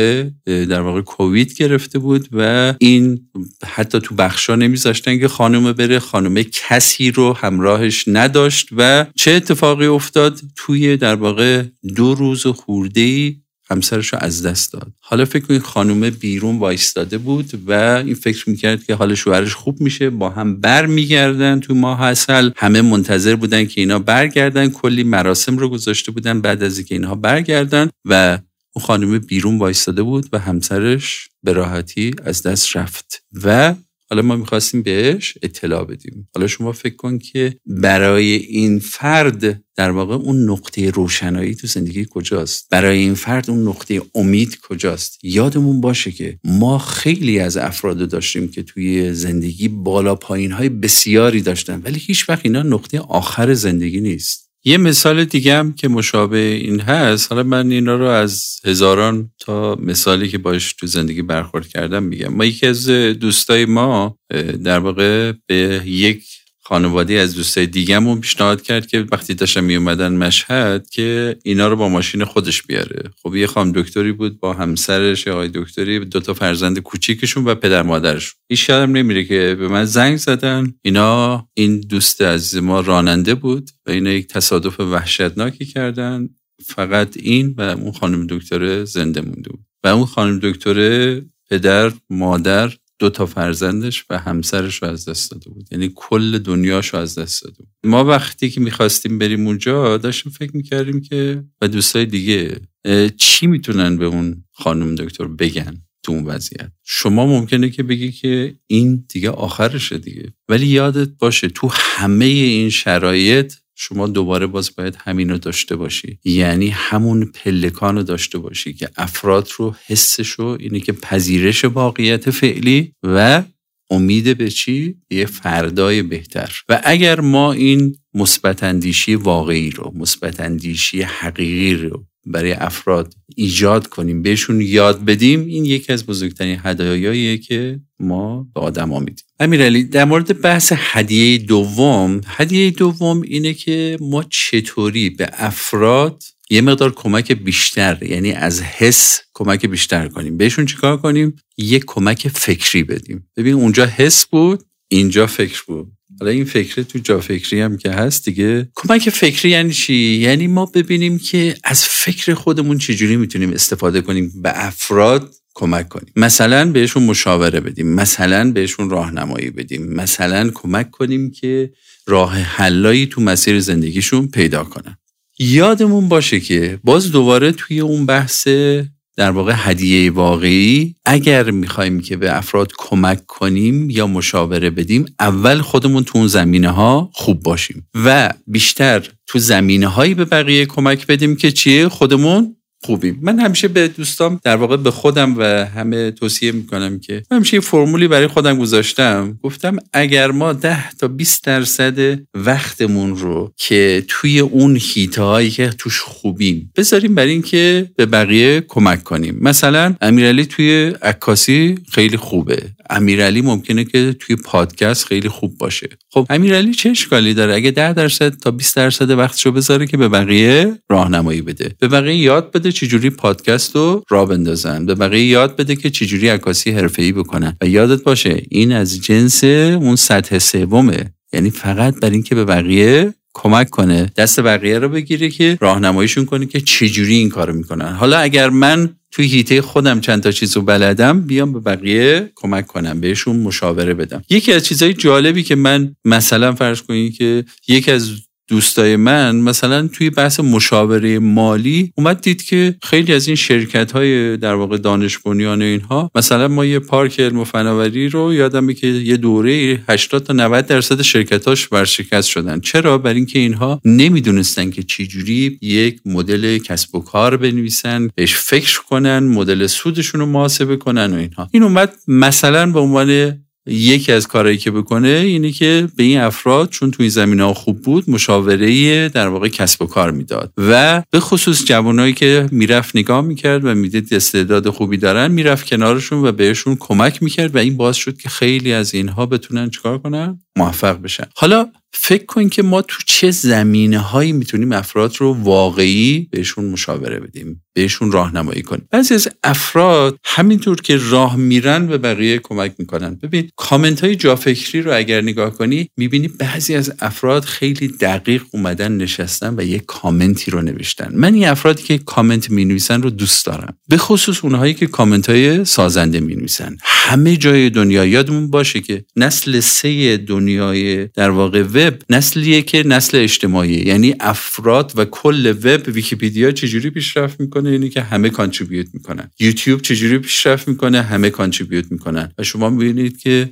واقع کووید گرفته بود و این حتی تو بخشا نمیذاشتن که خانم بره، خانم کسی رو همراهش نداشت و چه اتفاقی افتاد؟ توی در واقع 2 روز خورده‌ای همسرش رو از دست داد. حالا فکر کنید خانومه بیرون وایستاده بود و این فکر میکرد که حال شوهرش خوب میشه، با هم برمیگردن تو ماحصل. همه منتظر بودن که اینا برگردن، کلی مراسم رو گذاشته بودن بعد از اینکه اینها برگردن و اون خانومه بیرون وایستاده بود و همسرش به راحتی از دست رفت و حالا ما میخواستیم بهش اطلاع بدیم. حالا شما فکر کن که برای این فرد در واقع اون نقطه روشنایی تو زندگی کجاست؟ برای این فرد اون نقطه امید کجاست؟ یادمون باشه که ما خیلی از افراد داشتیم که توی زندگی بالا پایین‌های بسیاری داشتن ولی هیچ وقت اینا نقطه آخر زندگی نیست. یه مثال دیگه هم که مشابه این هست، حالا من اینا رو از هزاران تا مثالی که باش تو زندگی برخورد کردم میگم. ما یکی از دوستای ما در واقع به یک خانواده از دوستای دیگه‌مون پیشنهاد کرد که وقتی داشتن می اومدن مشهد که اینا رو با ماشین خودش بیاره. خب یه خانم دکتری بود با همسرش، آقای دکتری، 2 تا فرزند کوچیکشون و پدر مادرش. هیچ یادم نمیره که به من زنگ زدن. این دوست عزیز ما راننده بود و اینا یک تصادف وحشتناکی کردن. فقط این و اون خانم دکتر زنده مونده بود و اون خانم دکتر پدر، مادر، 2 تا فرزندش و همسرش رو از دست داده بود. یعنی کل دنیاش رو از دست داده بود. ما وقتی که میخواستیم بریم اونجا داشتیم فکر میکردیم که و دوستای دیگه چی میتونن به اون خانم دکتر بگن تو اون وضعیت. شما ممکنه که بگی که این دیگه آخرشه دیگه، ولی یادت باشه تو همه این شرایط شما دوباره باز باید همین رو داشته باشی، یعنی همون پلکان رو داشته باشی که افراد رو حسشو اینه که پذیرش واقعیت فعلی و امید به چی؟ یه فردای بهتر. و اگر ما این مثبت اندیشی واقعی رو، مثبت اندیشی حقیقی رو برای افراد ایجاد کنیم، بهشون یاد بدیم، این یکی از بزرگترین هدایاییه که ما به آدما میدیم. امیرعلی، در مورد بحث هدیه دوم اینه که ما چطوری به افراد یه مقدار کمک بیشتر، یعنی از حس کمک بیشتر کنیم. بهشون چیکار کنیم؟ یه کمک فکری بدیم. ببین اونجا حس بود، اینجا فکر بود. حالا این فکر تو جا فکری هم که هست دیگه. کمک فکری یعنی چی؟ یعنی ما ببینیم که از فکر خودمون چجوری میتونیم استفاده کنیم به افراد کمک کنیم. مثلا بهشون مشاوره بدیم، مثلا بهشون راهنمایی بدیم، مثلا کمک کنیم که راه حلایی تو مسیر زندگیشون پیدا کنن. یادمون باشه که باز دوباره توی اون بحث در واقع هدیه واقعی، اگر میخوایم که به افراد کمک کنیم یا مشاوره بدیم، اول خودمون تو اون زمینه‌ها خوب باشیم و بیشتر تو زمینه‌هایی به بقیه کمک بدیم که چیه؟ خودمون خوبیم. من همیشه به دوستام، در واقع به خودم و همه توصیه میکنم که من همیشه یه فرمولی برای خودم گذاشتم، گفتم اگر ما 10 تا 20% وقتمون رو که توی اون حیطه‌هایی که توش خوبیم بذاریم برای این که به بقیه کمک کنیم. مثلا امیرعلی توی عکاسی خیلی خوبه، امیرعلی ممکنه که توی پادکست خیلی خوب باشه. خب امیرعلی چه اشکالی داره اگه 10% تا 20% وقتشو بذاره که به بقیه راهنمایی بده، به بقیه یاد بده چجوری پادکست رو راه بندازن، به بقیه یاد بده که چجوری عکاسی حرفه‌ای بکنن. و یادت باشه این از جنس اون سطح سومه، یعنی فقط برای این که به بقیه کمک کنه، دست بقیه رو بگیره که راهنماییشون کنه که چجوری این کارو میکنن. حالا اگر من توی حیطه خودم چند تا چیزو بلدم، بیام به بقیه کمک کنم، بهشون مشاوره بدم. یکی از چیزای جالبی که من مثلا فرض کنید که یکی از دوستای من مثلا توی بحث مشاوره مالی اومد دید که خیلی از این شرکت‌های در واقع دانش بنیان اینها، مثلا ما یه پارک علم و فناوری رو یادمه که یه دوره 80 تا 90% شرکتاش ورشکست شدن. چرا؟ برای اینکه اینها نمیدونستن که چجوری یک مدل کسب و کار بنویسن، بهش فکر کنن، مدل سودشون رو محاسبه کنن و اینها. این اومد مثلا به عنوان یکی از کارهایی که بکنه اینه که به این افراد، چون توی زمینه‌ها خوب بود، مشاوره در واقع کسب و کار میداد و به خصوص جوانایی که میرفت نگاه میکرد و میدید استعداد خوبی دارن، میرفت کنارشون و بهشون کمک میکرد و این باعث شد که خیلی از اینها بتونن چیکار کنن؟ موفق بشن. حالا فکر کن که ما تو چه زمینه‌هایی میتونیم افراد رو واقعی بهشون مشاوره بدیم، بهشون راهنمایی کنیم. بعضی از افراد همینطور که راه میرن به بقیه کمک میکنن. ببین کامنت‌های جافکری رو اگر نگاه کنی میبینی بعضی از افراد خیلی دقیق اومدن نشستن و یک کامنتی رو نوشتن. من این افرادی که کامنت مینویسن رو دوست دارم، به خصوص اونهایی که کامنت‌های سازنده مینویسن. همه جای دنیا یادمون باشه که نسل 3 دنیای در واقع وب نسلیه که نسل اجتماعی، یعنی افراد و کل وب. ویکی‌پدیا چجوری پیشرفت میکنه؟ یعنی که همه کانتریبیوت میکنن. یوتیوب چجوری پیشرفت میکنه؟ همه کانتریبیوت میکنن. و شما میبینید که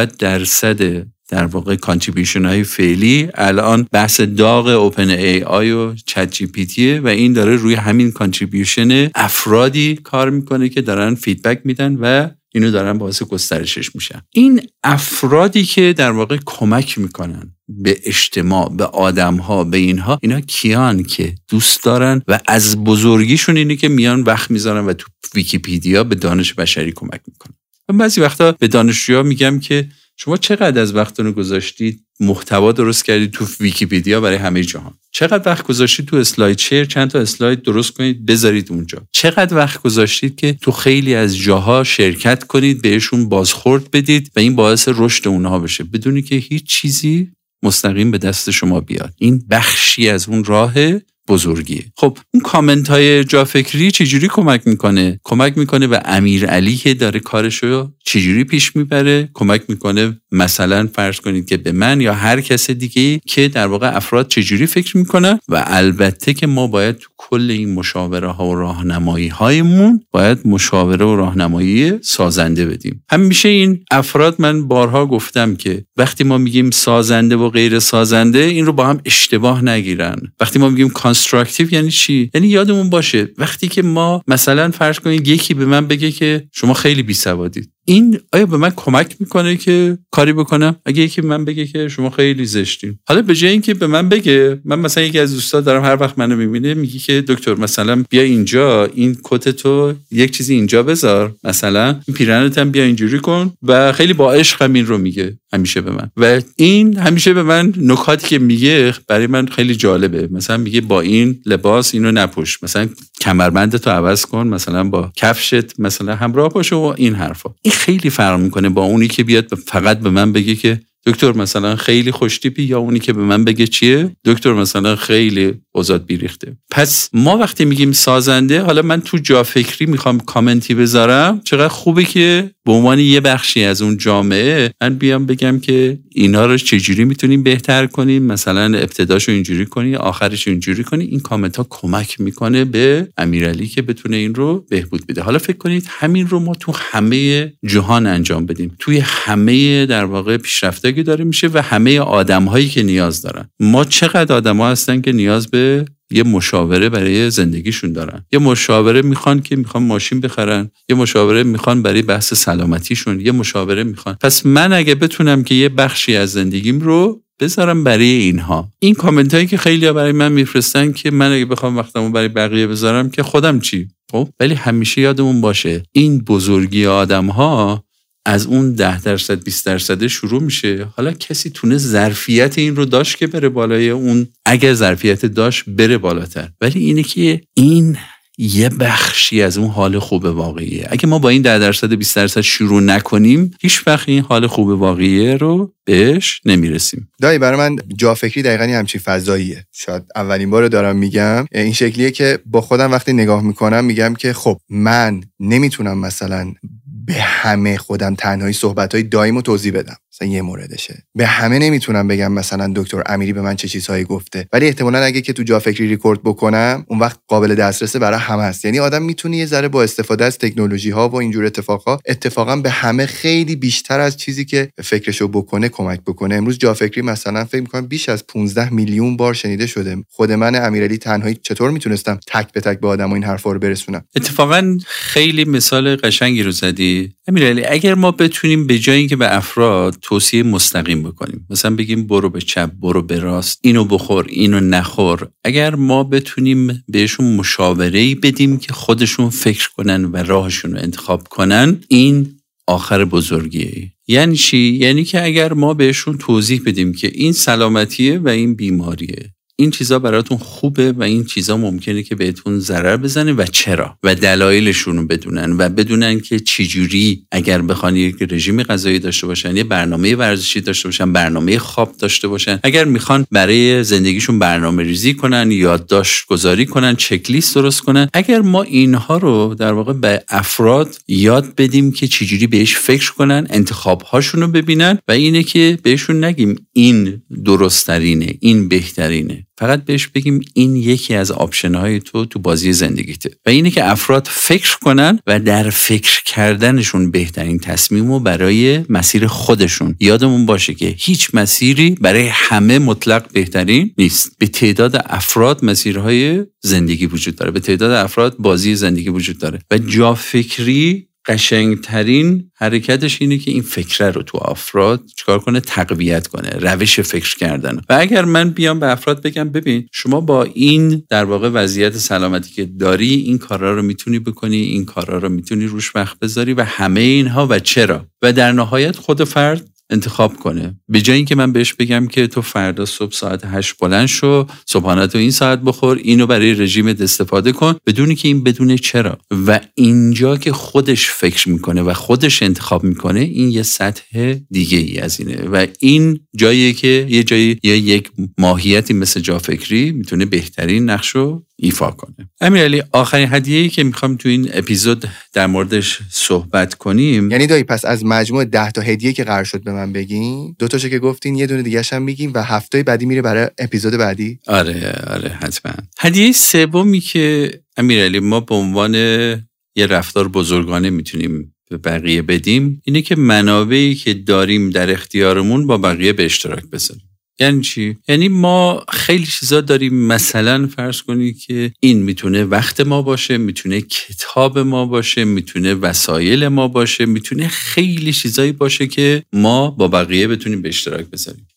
90% در واقع کانتریبیوشن های فعلی الان بحث داغ اوپن ای آی و چت جی پی تی و این داره روی همین کانتریبیوشن افرادی کار میکنه که دارن فیدبک میدن و اینو دارن باعث گسترشش میشن. این افرادی که در واقع کمک میکنن به اجتماع، به آدم‌ها، به اینها، اینا کیان که دوست دارن و از بزرگیشون اینه که میان وقت میذارن و تو ویکی‌پدیا به دانش بشری کمک میکنن. من بعضی وقتا به دانشجوها میگم که شما چقدر از وقتتون رو گذاشتید محتوا درست کردید تو ویکی‌پدیا برای همه جهان؟ چقدر وقت گذاشتید تو اسلاید شیر چند تا اسلاید درست کنید بذارید اونجا؟ چقدر وقت گذاشتید که تو خیلی از جاها شرکت کنید، بهشون بازخورد بدید و این باعث رشد اونها بشه، بدونی که هیچ چیزی مستقیم به دست شما بیاد؟ این بخشی از اون راه بزرگیه. خب اون کامنت های جافکری چجوری کمک میکنه؟ کمک میکنه به امیرعلی که داره کارشو چجوری پیش میبره، کمک میکنه مثلا فرض کنید که به من یا هر کس دیگه که در واقع افراد چجوری فکر میکنن. و البته که ما باید تو کل این مشاوره ها و راهنمایی هایمون باید مشاوره و راهنمایی سازنده بدیم. همیشه این افراد، من بارها گفتم که وقتی ما میگیم سازنده و غیر سازنده، این رو با هم اشتباه نگیرن. وقتی ما میگیم کانستراکتیو یعنی چی؟ یعنی یادمون باشه وقتی که ما مثلا فرض کنید یکی به من بگه که شما خیلی بی‌سوادید، این آیا به من کمک میکنه که کاری بکنم؟ اگه یکی به من بگه که شما خیلی زشتین، حالا به جای اینکه به من بگه، من مثلا یکی از دوستا دارم هر وقت منو میبینه میگه که دکتر مثلا بیا اینجا این کتتو یک چیزی اینجا بذار، مثلا این پیرنت هم بیا اینجوری کن، و خیلی با عشق این رو میگه همیشه به من. و این همیشه به من نکاتی که میگه برای من خیلی جالبه. مثلا میگه با این لباس اینو نپوش، مثلا کمربندتو عوض کن، مثلا با کفشت مثلا همراه باشه و این حرفا. این خیلی فرق میکنه با اونی که بیاد فقط به من بگه که دکتر مثلا خیلی خوشتیپی، یا اونی که به من بگه چیه دکتر مثلا خیلی اوضاعت بیریخته. پس ما وقتی میگیم سازنده، حالا من تو جا فکری میخوام کامنتی بذارم، چقدر خوبه که به عنوان یه بخشی از اون جامعه من بیام بگم که اینا رو چجوری میتونیم بهتر کنیم، مثلا ابتداشو اینجوری کنی آخرش اینجوری کنی. این کامنت ها کمک میکنه به امیرعلی که بتونه این رو بهبود بده. حالا فکر کنید همین رو ما تو همه جهان انجام بدیم، توی همه در واقع پیشرفتایی که داره میشه و همه آدم‌هایی که نیاز دارن. ما چقدر آدم‌ها هستن که نیاز به یه مشاوره برای زندگیشون دارن، یه مشاوره میخوان ماشین بخرن، یه مشاوره میخوان برای بحث سلامتیشون، یه مشاوره میخوان. پس من اگه بتونم که یه بخشی از زندگیم رو بذارم برای اینها، این کامنت هایی که خیلی‌ها برای من میفرستن که من اگه بخوام وقتمو برای بقیه بذارم که خودم چی؟ خب ولی همیشه یادمون باشه این بزرگی آدم‌ها از اون 10% 20% شروع میشه. حالا کسی تونه ظرفیت این رو داشت که بره بالای اون، اگر ظرفیت داشت بره بالاتر، ولی اینه که این یه بخشی از اون حال خوب واقعیه. اگه ما با این 10% 20% شروع نکنیم هیچ وقت این حال خوب واقعیه رو بهش نمیرسیم. دایی برای من جا فکری دقیقاً همچین فضاییه. شاید اولین بار دارم میگم این شکلیه که با خودم وقتی نگاه میکنم میگم که خب من نمیتونم مثلا به همه خودم تنهایی صحبت‌های دایمو توضیح بدم، مثلا یه موردشه. به همه نمیتونم بگم مثلا دکتر امیری به من چه چیزهایی گفته، ولی احتمالاً اگه که تو جا فکری ریکورد بکنم اون وقت قابل دسترسه برای همه است. یعنی آدم میتونه یه ذره با استفاده از تکنولوژی‌ها و اینجور اتفاقا به همه خیلی بیشتر از چیزی که فکرشو بکنه کمک بکنه. امروز جا فکری مثلا فکر می‌کنم بیش از 15 میلیون بار شنیده شده. خود من امیرعلی تنهایی چطور میتونستم تک به تک به آدم‌ها این حرفا رو برسونم؟ اتفاقا خیلی مثال قشنگی رو زدی امیرعلی. اگر ما بتونیم به جای اینکه به افراد توصیه مستقیم بکنیم، مثلا بگیم برو به چپ، برو به راست، اینو بخور، اینو نخور، اگر ما بتونیم بهشون مشاوره‌ای بدیم که خودشون فکر کنن و راهشون رو انتخاب کنن، این آخر بزرگیه. یعنی چی؟ یعنی که اگر ما بهشون توضیح بدیم که این سلامتیه و این بیماریه، این چیزا براتون خوبه و این چیزا ممکنه که بهتون ضرر بزنه و چرا، و دلایلشون رو بدونن و بدونن که چجوری اگر بخوان یک رژیم غذایی داشته باشن، یه برنامه ورزشی داشته باشن، برنامه خواب داشته باشن، اگر میخوان برای زندگیشون برنامه ریزی کنن، یادداشت گذاری کنن، چک لیست درست کنن، اگر ما اینها رو در واقع به افراد یاد بدیم که چجوری بهش فکر کنن، انتخاب‌هاشون رو ببینن و اینه که بهشون نگیم این درست‌ترینه، این بهترینه، فقط بهش بگیم این یکی از آپشن‌های تو بازی زندگیته و اینه که افراد فکر کنن و در فکر کردنشون بهترین تصمیمو برای مسیر خودشون. یادمون باشه که هیچ مسیری برای همه مطلق بهترین نیست. به تعداد افراد مسیرهای زندگی وجود داره، به تعداد افراد بازی زندگی وجود داره و جا فکری قشنگترین حرکتش اینه که این فکره رو تو افراد چیکار کنه؟ تقویت کنه، روش فکر کردن. و اگر من بیام به افراد بگم ببین شما با این در واقع وضعیت سلامتی که داری این کارا رو میتونی بکنی، این کارا رو میتونی روش وقت بذاری و همه اینها و چرا، و در نهایت خود فرد انتخاب کنه. به جای اینکه من بهش بگم که تو فردا صبح ساعت 8 بلند شو، صبحانه تو این ساعت بخور، اینو برای رژیمت استفاده کن، بدونی که این بدونه چرا. و اینجا که خودش فکر میکنه و خودش انتخاب میکنه، این یه سطح دیگه ای از اینه و این جاییه که یه جایی یا یک ماهیتی مثل جا فکری میتونه بهترین نقشو ایفا کنه. امیرعلی آخرین هدیه‌ای که میخوام تو این اپیزود در موردش صحبت کنیم، یعنی دایی پس از مجموع 10 تا هدیه که قرار شد به من بگین، 2 تاشو که گفتین، یه دونه دیگه‌ش هم میگیم و هفته بعدی میره برای اپیزود بعدی؟ آره حتما. هدیه سومی که امیرعلی ما به عنوان یه رفتار بزرگانه میتونیم به بقیه بدیم اینه که منابعی که داریم در اختیارمون با بقیه به اشتراک بذاریم. یعنی چی؟ یعنی ما خیلی چیزا داریم، مثلا فرض کنید که این میتونه وقت ما باشه، میتونه کتاب ما باشه، میتونه وسایل ما باشه، میتونه خیلی چیزایی باشه که ما با بقیه بتونیم به اشتراک بذاریم.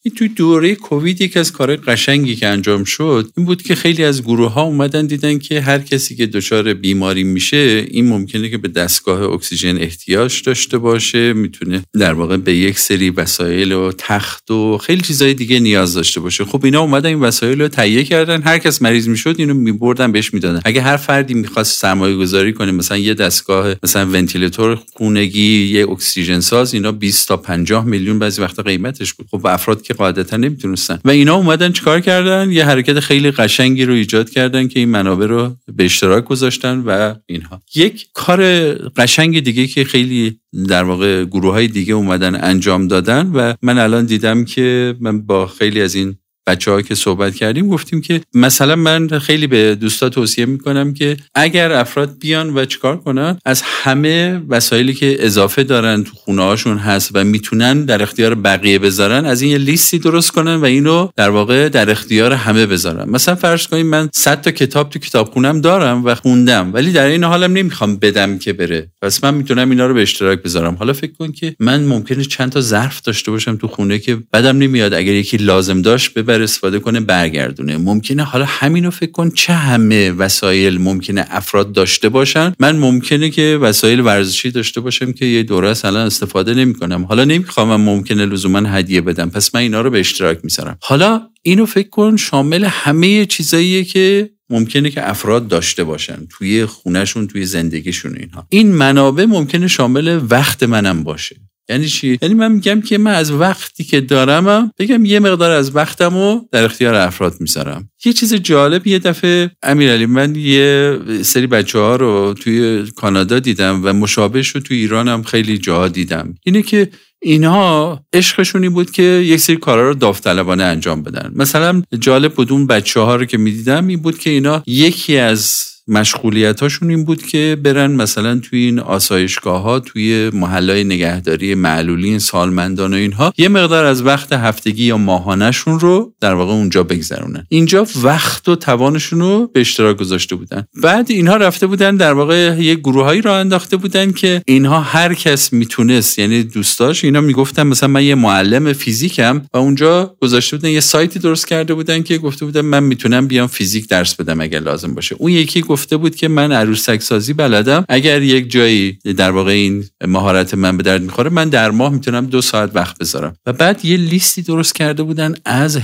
این توی دوره کووید یک از کارهای قشنگی که انجام شد این بود که خیلی از گروه‌ها اومدن دیدن که هر کسی که دچار بیماری میشه این ممکنه که به دستگاه اکسیژن احتیاج داشته باشه، میتونه در واقع به یک سری وسایل و تخت و خیلی چیزای دیگه نیاز داشته باشه. خب اینا اومدن این وسایل رو تهیه کردن، هر کس مریض میشد اینو میبردن بهش میدادن. اگه هر فردی میخواست سرمایه‌گذاری کنه مثلا یه دستگاه مثلا ونتیلاتور خونگی، یه اکسیژن ساز، اینا 20 تا 50 میلیون بعضی وقتا قیمتش بود. خب افراد که قاعدتا نمیتونستن و اینا اومدن چیکار کردن؟ یه حرکت خیلی قشنگی رو ایجاد کردن که این منابع رو به اشتراک گذاشتن و اینها. یک کار قشنگ دیگه که خیلی در واقع گروه‌های دیگه اومدن انجام دادن و من الان دیدم که من با خیلی از این بچه‌ها که صحبت کردیم گفتیم که مثلا من خیلی به دوستا توصیه میکنم که اگر افراد بیان و چیکار کنن، از همه وسایلی که اضافه دارن تو خونه‌هاشون هست و میتونن در اختیار بقیه بذارن، از این یه لیستی درست کنن و اینو در واقع در اختیار همه بذارن. مثلا فرض کنید من 100 تا کتاب تو کتابخونم دارم و خوندم، ولی در این حالم نمیخوام بدم که بره، پس من میتونم اینا رو به اشتراک بذارم. حالا فکر کن که من ممکنه چند تا ظرف داشته باشم تو خونه که بعدم نمیاد اگر یکی لازم داشت استفاده کنه برگردونه. ممکنه حالا همینو فکر کن چه همه وسایل ممکنه افراد داشته باشن. من ممکنه که وسایل ورزشی داشته باشم که یه دوره اصلا استفاده نمی‌کنم، حالا نمی‌خوام، ممکنه لزوما هدیه بدم، پس من اینا رو به اشتراک می‌ذارم. حالا اینو فکر کن شامل همه چیزاییه که ممکنه که افراد داشته باشن توی خونهشون، توی زندگیشون. اینها این منابع ممکنه شامل وقت منم باشه. یعنی چی؟ یعنی من میگم که من از وقتی که دارم بگم یه مقدار از وقتمو در اختیار افراد میذارم. یه چیز جالب، یه دفعه امیرعلی من یه سری بچه‌ها رو توی کانادا دیدم و مشابهش رو توی ایران هم خیلی جاها دیدم. اینه که اینها عشقشونی بود که یک سری کارا رو داوطلبانه انجام بدن. مثلا جالب بود اون بچه‌ها رو که میدیدم این بود که اینا یکی از مشغولیتاشون این بود که برن مثلا توی این آسایشگاه‌ها، توی محلهای نگهداری معلولین، سالمندان و اینها یه مقدار از وقت هفتگی یا ماهانه‌شون رو در واقع اونجا بگذرونن. اینجا وقت و توانشون رو به اشتراک گذاشته بودن. بعد اینها رفته بودن در واقع یه گروهایی راه انداخته بودن که اینها هر کس میتونست، یعنی دوستاش اینا میگفتن مثلا من یه معلم فیزیکم و اونجا گذاشته بودن، یه سایتی درست کرده بودن که گفته بودن من میتونم بیام فیزیک درس بدم اگر لازم باشه. اون یکی گفته بود که من عروسک سازی بلدم، اگر یک جایی در واقع این مهارت من به درد میخوره من در ماه میتونم 2 ساعت وقت بذارم. و بعد یه لیستی درست کرده بودن از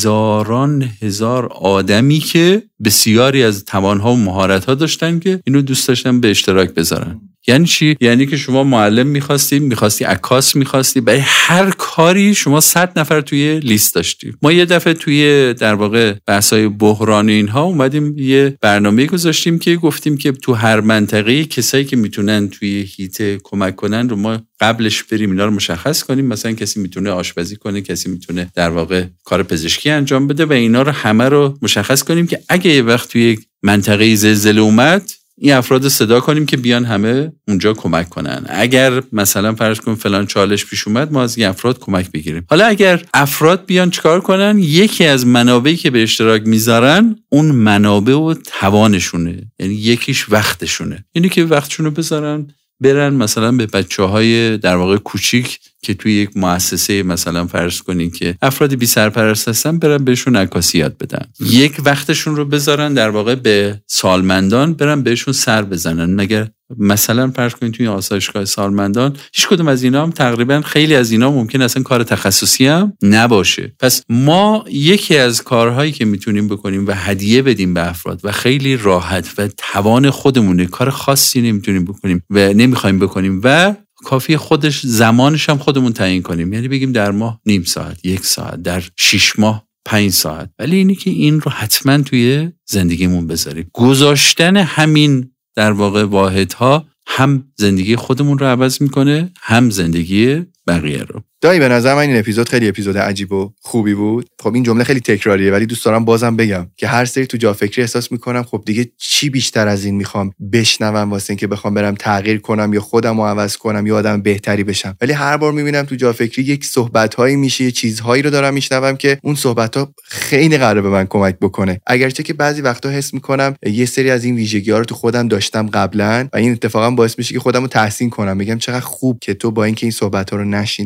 هزاران هزار آدمی که بسیاری از توانها و مهارت‌ها داشتن که اینو دوست داشتن به اشتراک بذارن. یعنی چی؟ یعنی که شما معلم می‌خواستی عکاس می‌خواستی، برای هر کاری شما 100 نفر توی لیست داشتی. ما یه دفعه توی در واقع بحث‌های بحران اینها اومدیم یه برنامه گذاشتیم که گفتیم که تو هر منطقه‌ای کسایی که میتونن توی هیته کمک کنن رو ما قبلش بریم اینا رو مشخص کنیم. مثلا کسی میتونه آشپزی کنه، کسی میتونه در واقع کار پزشکی انجام بده و اینا رو همه رو مشخص کنیم که اگه یه وقت توی منطقه زلزله اومد این افراد صدا کنیم که بیان همه اونجا کمک کنن. اگر مثلا فرض کن فلان چالش پیش اومد ما از این افراد کمک بگیریم. حالا اگر افراد بیان چیکار کنن؟ یکی از منابعی که به اشتراک میذارن اون منابع و توانشونه، یعنی یکیش وقتشونه، یعنی که وقتشونو بذارن برن مثلا به بچه‌های در واقع کوچیک که توی یک مؤسسه مثلا فرض کنین که افراد بی سرپرست هستن برن بهشون عکاسی یاد بدن. یک وقتشون رو بذارن در واقع به سالمندان برن بهشون سر بزنن. مگر مثلا فرض کنین توی آسایشگاه سالمندان هیچ کدوم از اینا هم تقریبا خیلی از اینا ممکن اصلا کار تخصصی هم نباشه. پس ما یکی از کارهایی که میتونیم بکنیم و هدیه بدیم به افراد و خیلی راحت و توان خودمونه، کار خاصی نمیتونیم بکنیم و نمیخوایم بکنیم و کافی خودش زمانش هم خودمون تعیین کنیم. یعنی بگیم در ماه نیم ساعت، 1 ساعت، در 6 ماه 5 ساعت، ولی اینی که این رو حتما توی زندگیمون بذاریم. گذاشتن همین در واقع واحدها هم زندگی خودمون رو عوض میکنه هم زندگی بقیه رو. دایی به نظر من این اپیزود خیلی اپیزود عجیب و خوبی بود. خب این جمله خیلی تکراریه ولی دوست دارم بازم بگم که هر سری تو جا فکری احساس میکنم خب دیگه چی بیشتر از این میخوام بشنوم واسه اینکه بخوام برم تغییر کنم یا خودم رو عوض کنم یا آدم بهتری بشم. ولی هر بار میبینم تو جا فکری یک صحبت‌هایی میشه، چیزهایی رو دارم میشنوم که اون صحبت‌ها خیلی قراره به من کمک بکنه. اگرچه که بعضی وقتا حس میکنم یه سری از این ویژگی‌ها رو تو خودم داشتم قبلا و این اتفاقا باعث میشه که خودم رو تحسین کنم، بگم چقدر خوب که تو با اینکه این صحبت‌ها رو نشنیده بودی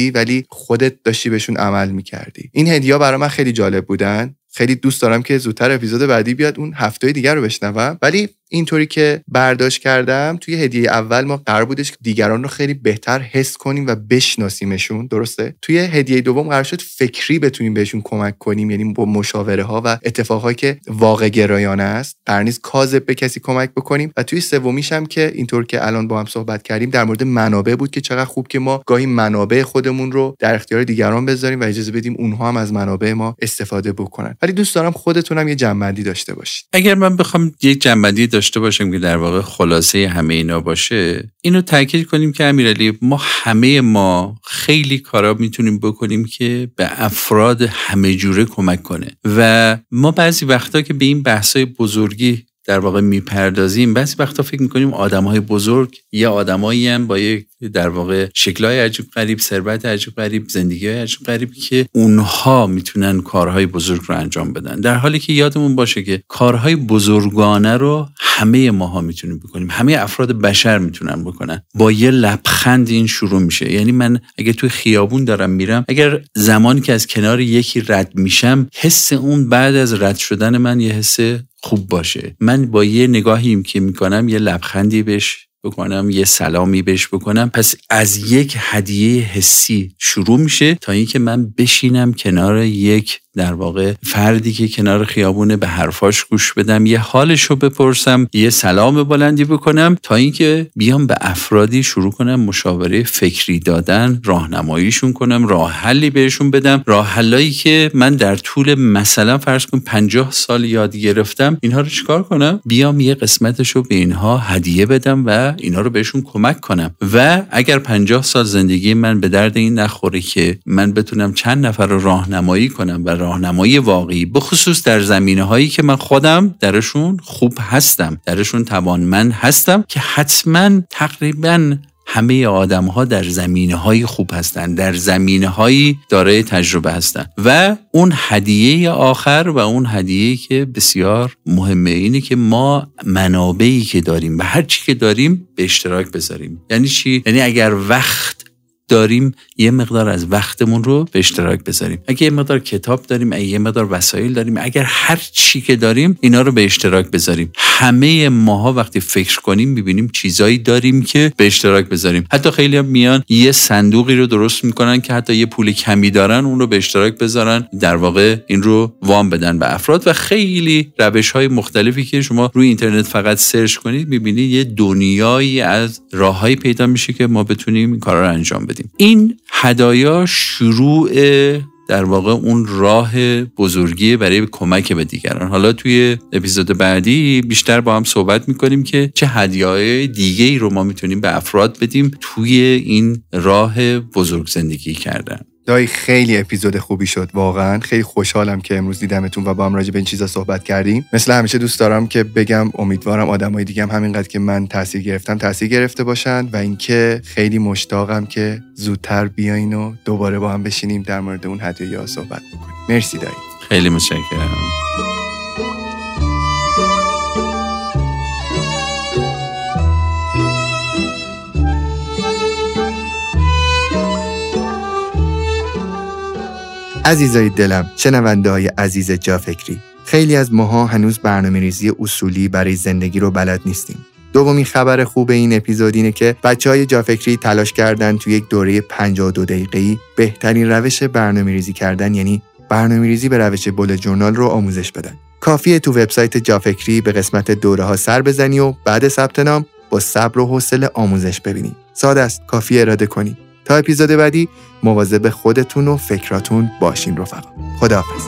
میدادی ولی خودت داشتی بهشون عمل میکردی. این هدیه‌ها برای من خیلی جالب بودن. خیلی دوست دارم که زودتر اپیزود بعدی بیاد اون هفته دیگر رو بشنوم. ولی اینطوری که برداشت کردم توی هدیه اول ما قرار بودش که دیگران رو خیلی بهتر حس کنیم و بشناسیمشون، درسته؟ توی هدیه دوم قرار شد فکری بتونیم بهشون کمک کنیم، یعنی با مشاوره ها و اتفاقایی که واقع گرایانه است، قرار نیست کاذب به کسی کمک بکنیم. و توی سومیش هم که اینطور که الان با هم صحبت کردیم در مورد منابع بود که چقدر خوب که ما گاهی منابع خودمون رو در اختیار دیگران بذاریم و اجازه بدیم اونها هم از منابع ما استفاده بکنن. ولی دوست دارم خودتونم یه جنبندی داشته باشید. اگر من بخوام یک جنبندی داشته باشم که در واقع خلاصه همه اینا باشه، اینو تاکید کنیم که امیرعلی، ما خیلی کارا میتونیم بکنیم که به افراد همه جوره کمک کنه و ما بعضی وقتا که به این بحثای بزرگی در واقع میپردازیم، بعضی وقتا فکر میکنیم آدمهای بزرگ یا آدمایی هم با یک در واقع شکل‌های عجیب غریب، ثروت عجیب غریب، زندگی‌های عجیب غریب که اونها میتونن کارهای بزرگ رو انجام بدن، در حالی که یادمون باشه که کارهای بزرگانه رو همه ماها میتونیم بکنیم، همه افراد بشر میتونن بکنن. با یه لبخند این شروع میشه. یعنی من اگه توی خیابون دارم میرم، اگر زمانی که از کنار یکی رد میشم، حس اون بعد از رد شدن من یه حس خوب باشه، من با یه نگاهیم که میکنم، یه لبخندی بهش بکنم، یه سلامی بهش بکنم، پس از یک هدیه حسی شروع میشه تا اینکه من بشینم کنار یک در واقع فردی که کنار خیابونه، به حرفاش گوش بدم، یه حالشو بپرسم، یه سلام بلندی بکنم، تا اینکه بیام به افرادی شروع کنم مشاوره فکری دادن، راهنماییشون کنم، راه حلی بهشون بدم، راه حلایی که من در طول مثلا فرض کن 50 سال یاد گرفتم، اینها رو چیکار کنم؟ بیام یه قسمتشو به اینها هدیه بدم و اینا رو بهشون کمک کنم. و اگر 50 سال زندگی من به درد این نخوره که من بتونم چند نفر رو راهنمایی کنم و راهنمایی واقعی، به خصوص در زمینه‌هایی که من خودم درشون خوب هستم، درشون توانمند هستم، که حتما تقریبا همه آدم‌ها در زمینه‌های خوب هستن، در زمینه‌هایی دارای تجربه هستن. و اون هدیه آخر و اون هدیه‌ای که بسیار مهمه اینه که ما منابعی که داریم و هر چی که داریم به اشتراک بذاریم. یعنی چی؟ یعنی اگر وقت داریم، یه مقدار از وقتمون رو به اشتراک بذاریم. اگه یه مقدار کتاب داریم، اگه یه مقدار وسایل داریم، اگر هر چی که داریم اینا رو به اشتراک بذاریم. همه ماها وقتی فکر کنیم می‌بینیم چیزایی داریم که به اشتراک بذاریم. حتی خیلی هم میان یه صندوقی رو درست میکنن که حتی یه پول کمی دارن اون رو به اشتراک بذارن، در واقع این رو وام بدن به افراد. و خیلی روش‌های مختلفی که شما روی اینترنت فقط سرچ کنید می‌بینید یه دنیایی از راه‌هایی پیدا میشه که ما بتونیم این کارا رو انجام بدیم. این هدایا شروع در واقع اون راه بزرگی برای کمک به دیگران. حالا توی اپیزود بعدی بیشتر با هم صحبت میکنیم که چه هدیه‌های دیگه‌ای رو ما میتونیم به افراد بدیم توی این راه بزرگ زندگی کردن. دایی خیلی اپیزود خوبی شد، واقعا خیلی خوشحالم که امروز دیدمتون و با هم راجع به این چیزا صحبت کردیم. مثل همیشه دوست دارم که بگم امیدوارم آدمای دیگه هم همینقدر که من تاثیر گرفته باشن و اینکه خیلی مشتاقم که زودتر بیاین و دوباره با هم بشینیم در مورد اون هدیه‌ها صحبت بکنیم. مرسی دایی. خیلی متشکرم. عزیزای دلم، شنونده‌های عزیز جا فکری، خیلی از ماها هنوز برنامه‌ریزی اصولی برای زندگی رو بلد نیستیم. دومین خبر خوب این اپیزود اینه که بچه‌های جا فکری تلاش کردن توی یک دوره 52 دقیقه‌ای بهترین روش برنامه‌ریزی کردن، یعنی برنامه‌ریزی به روش بولت جورنال رو آموزش بدن. کافیه تو وبسایت جا فکری به قسمت دوره‌ها سر بزنی و بعد ثبت نام با صبر و حوصله آموزش ببینی. ساده است، کافیه اراده کنی. تا اپیزود بعدی مواظب خودتون و فکراتون باشین رفقا. خداحافظ.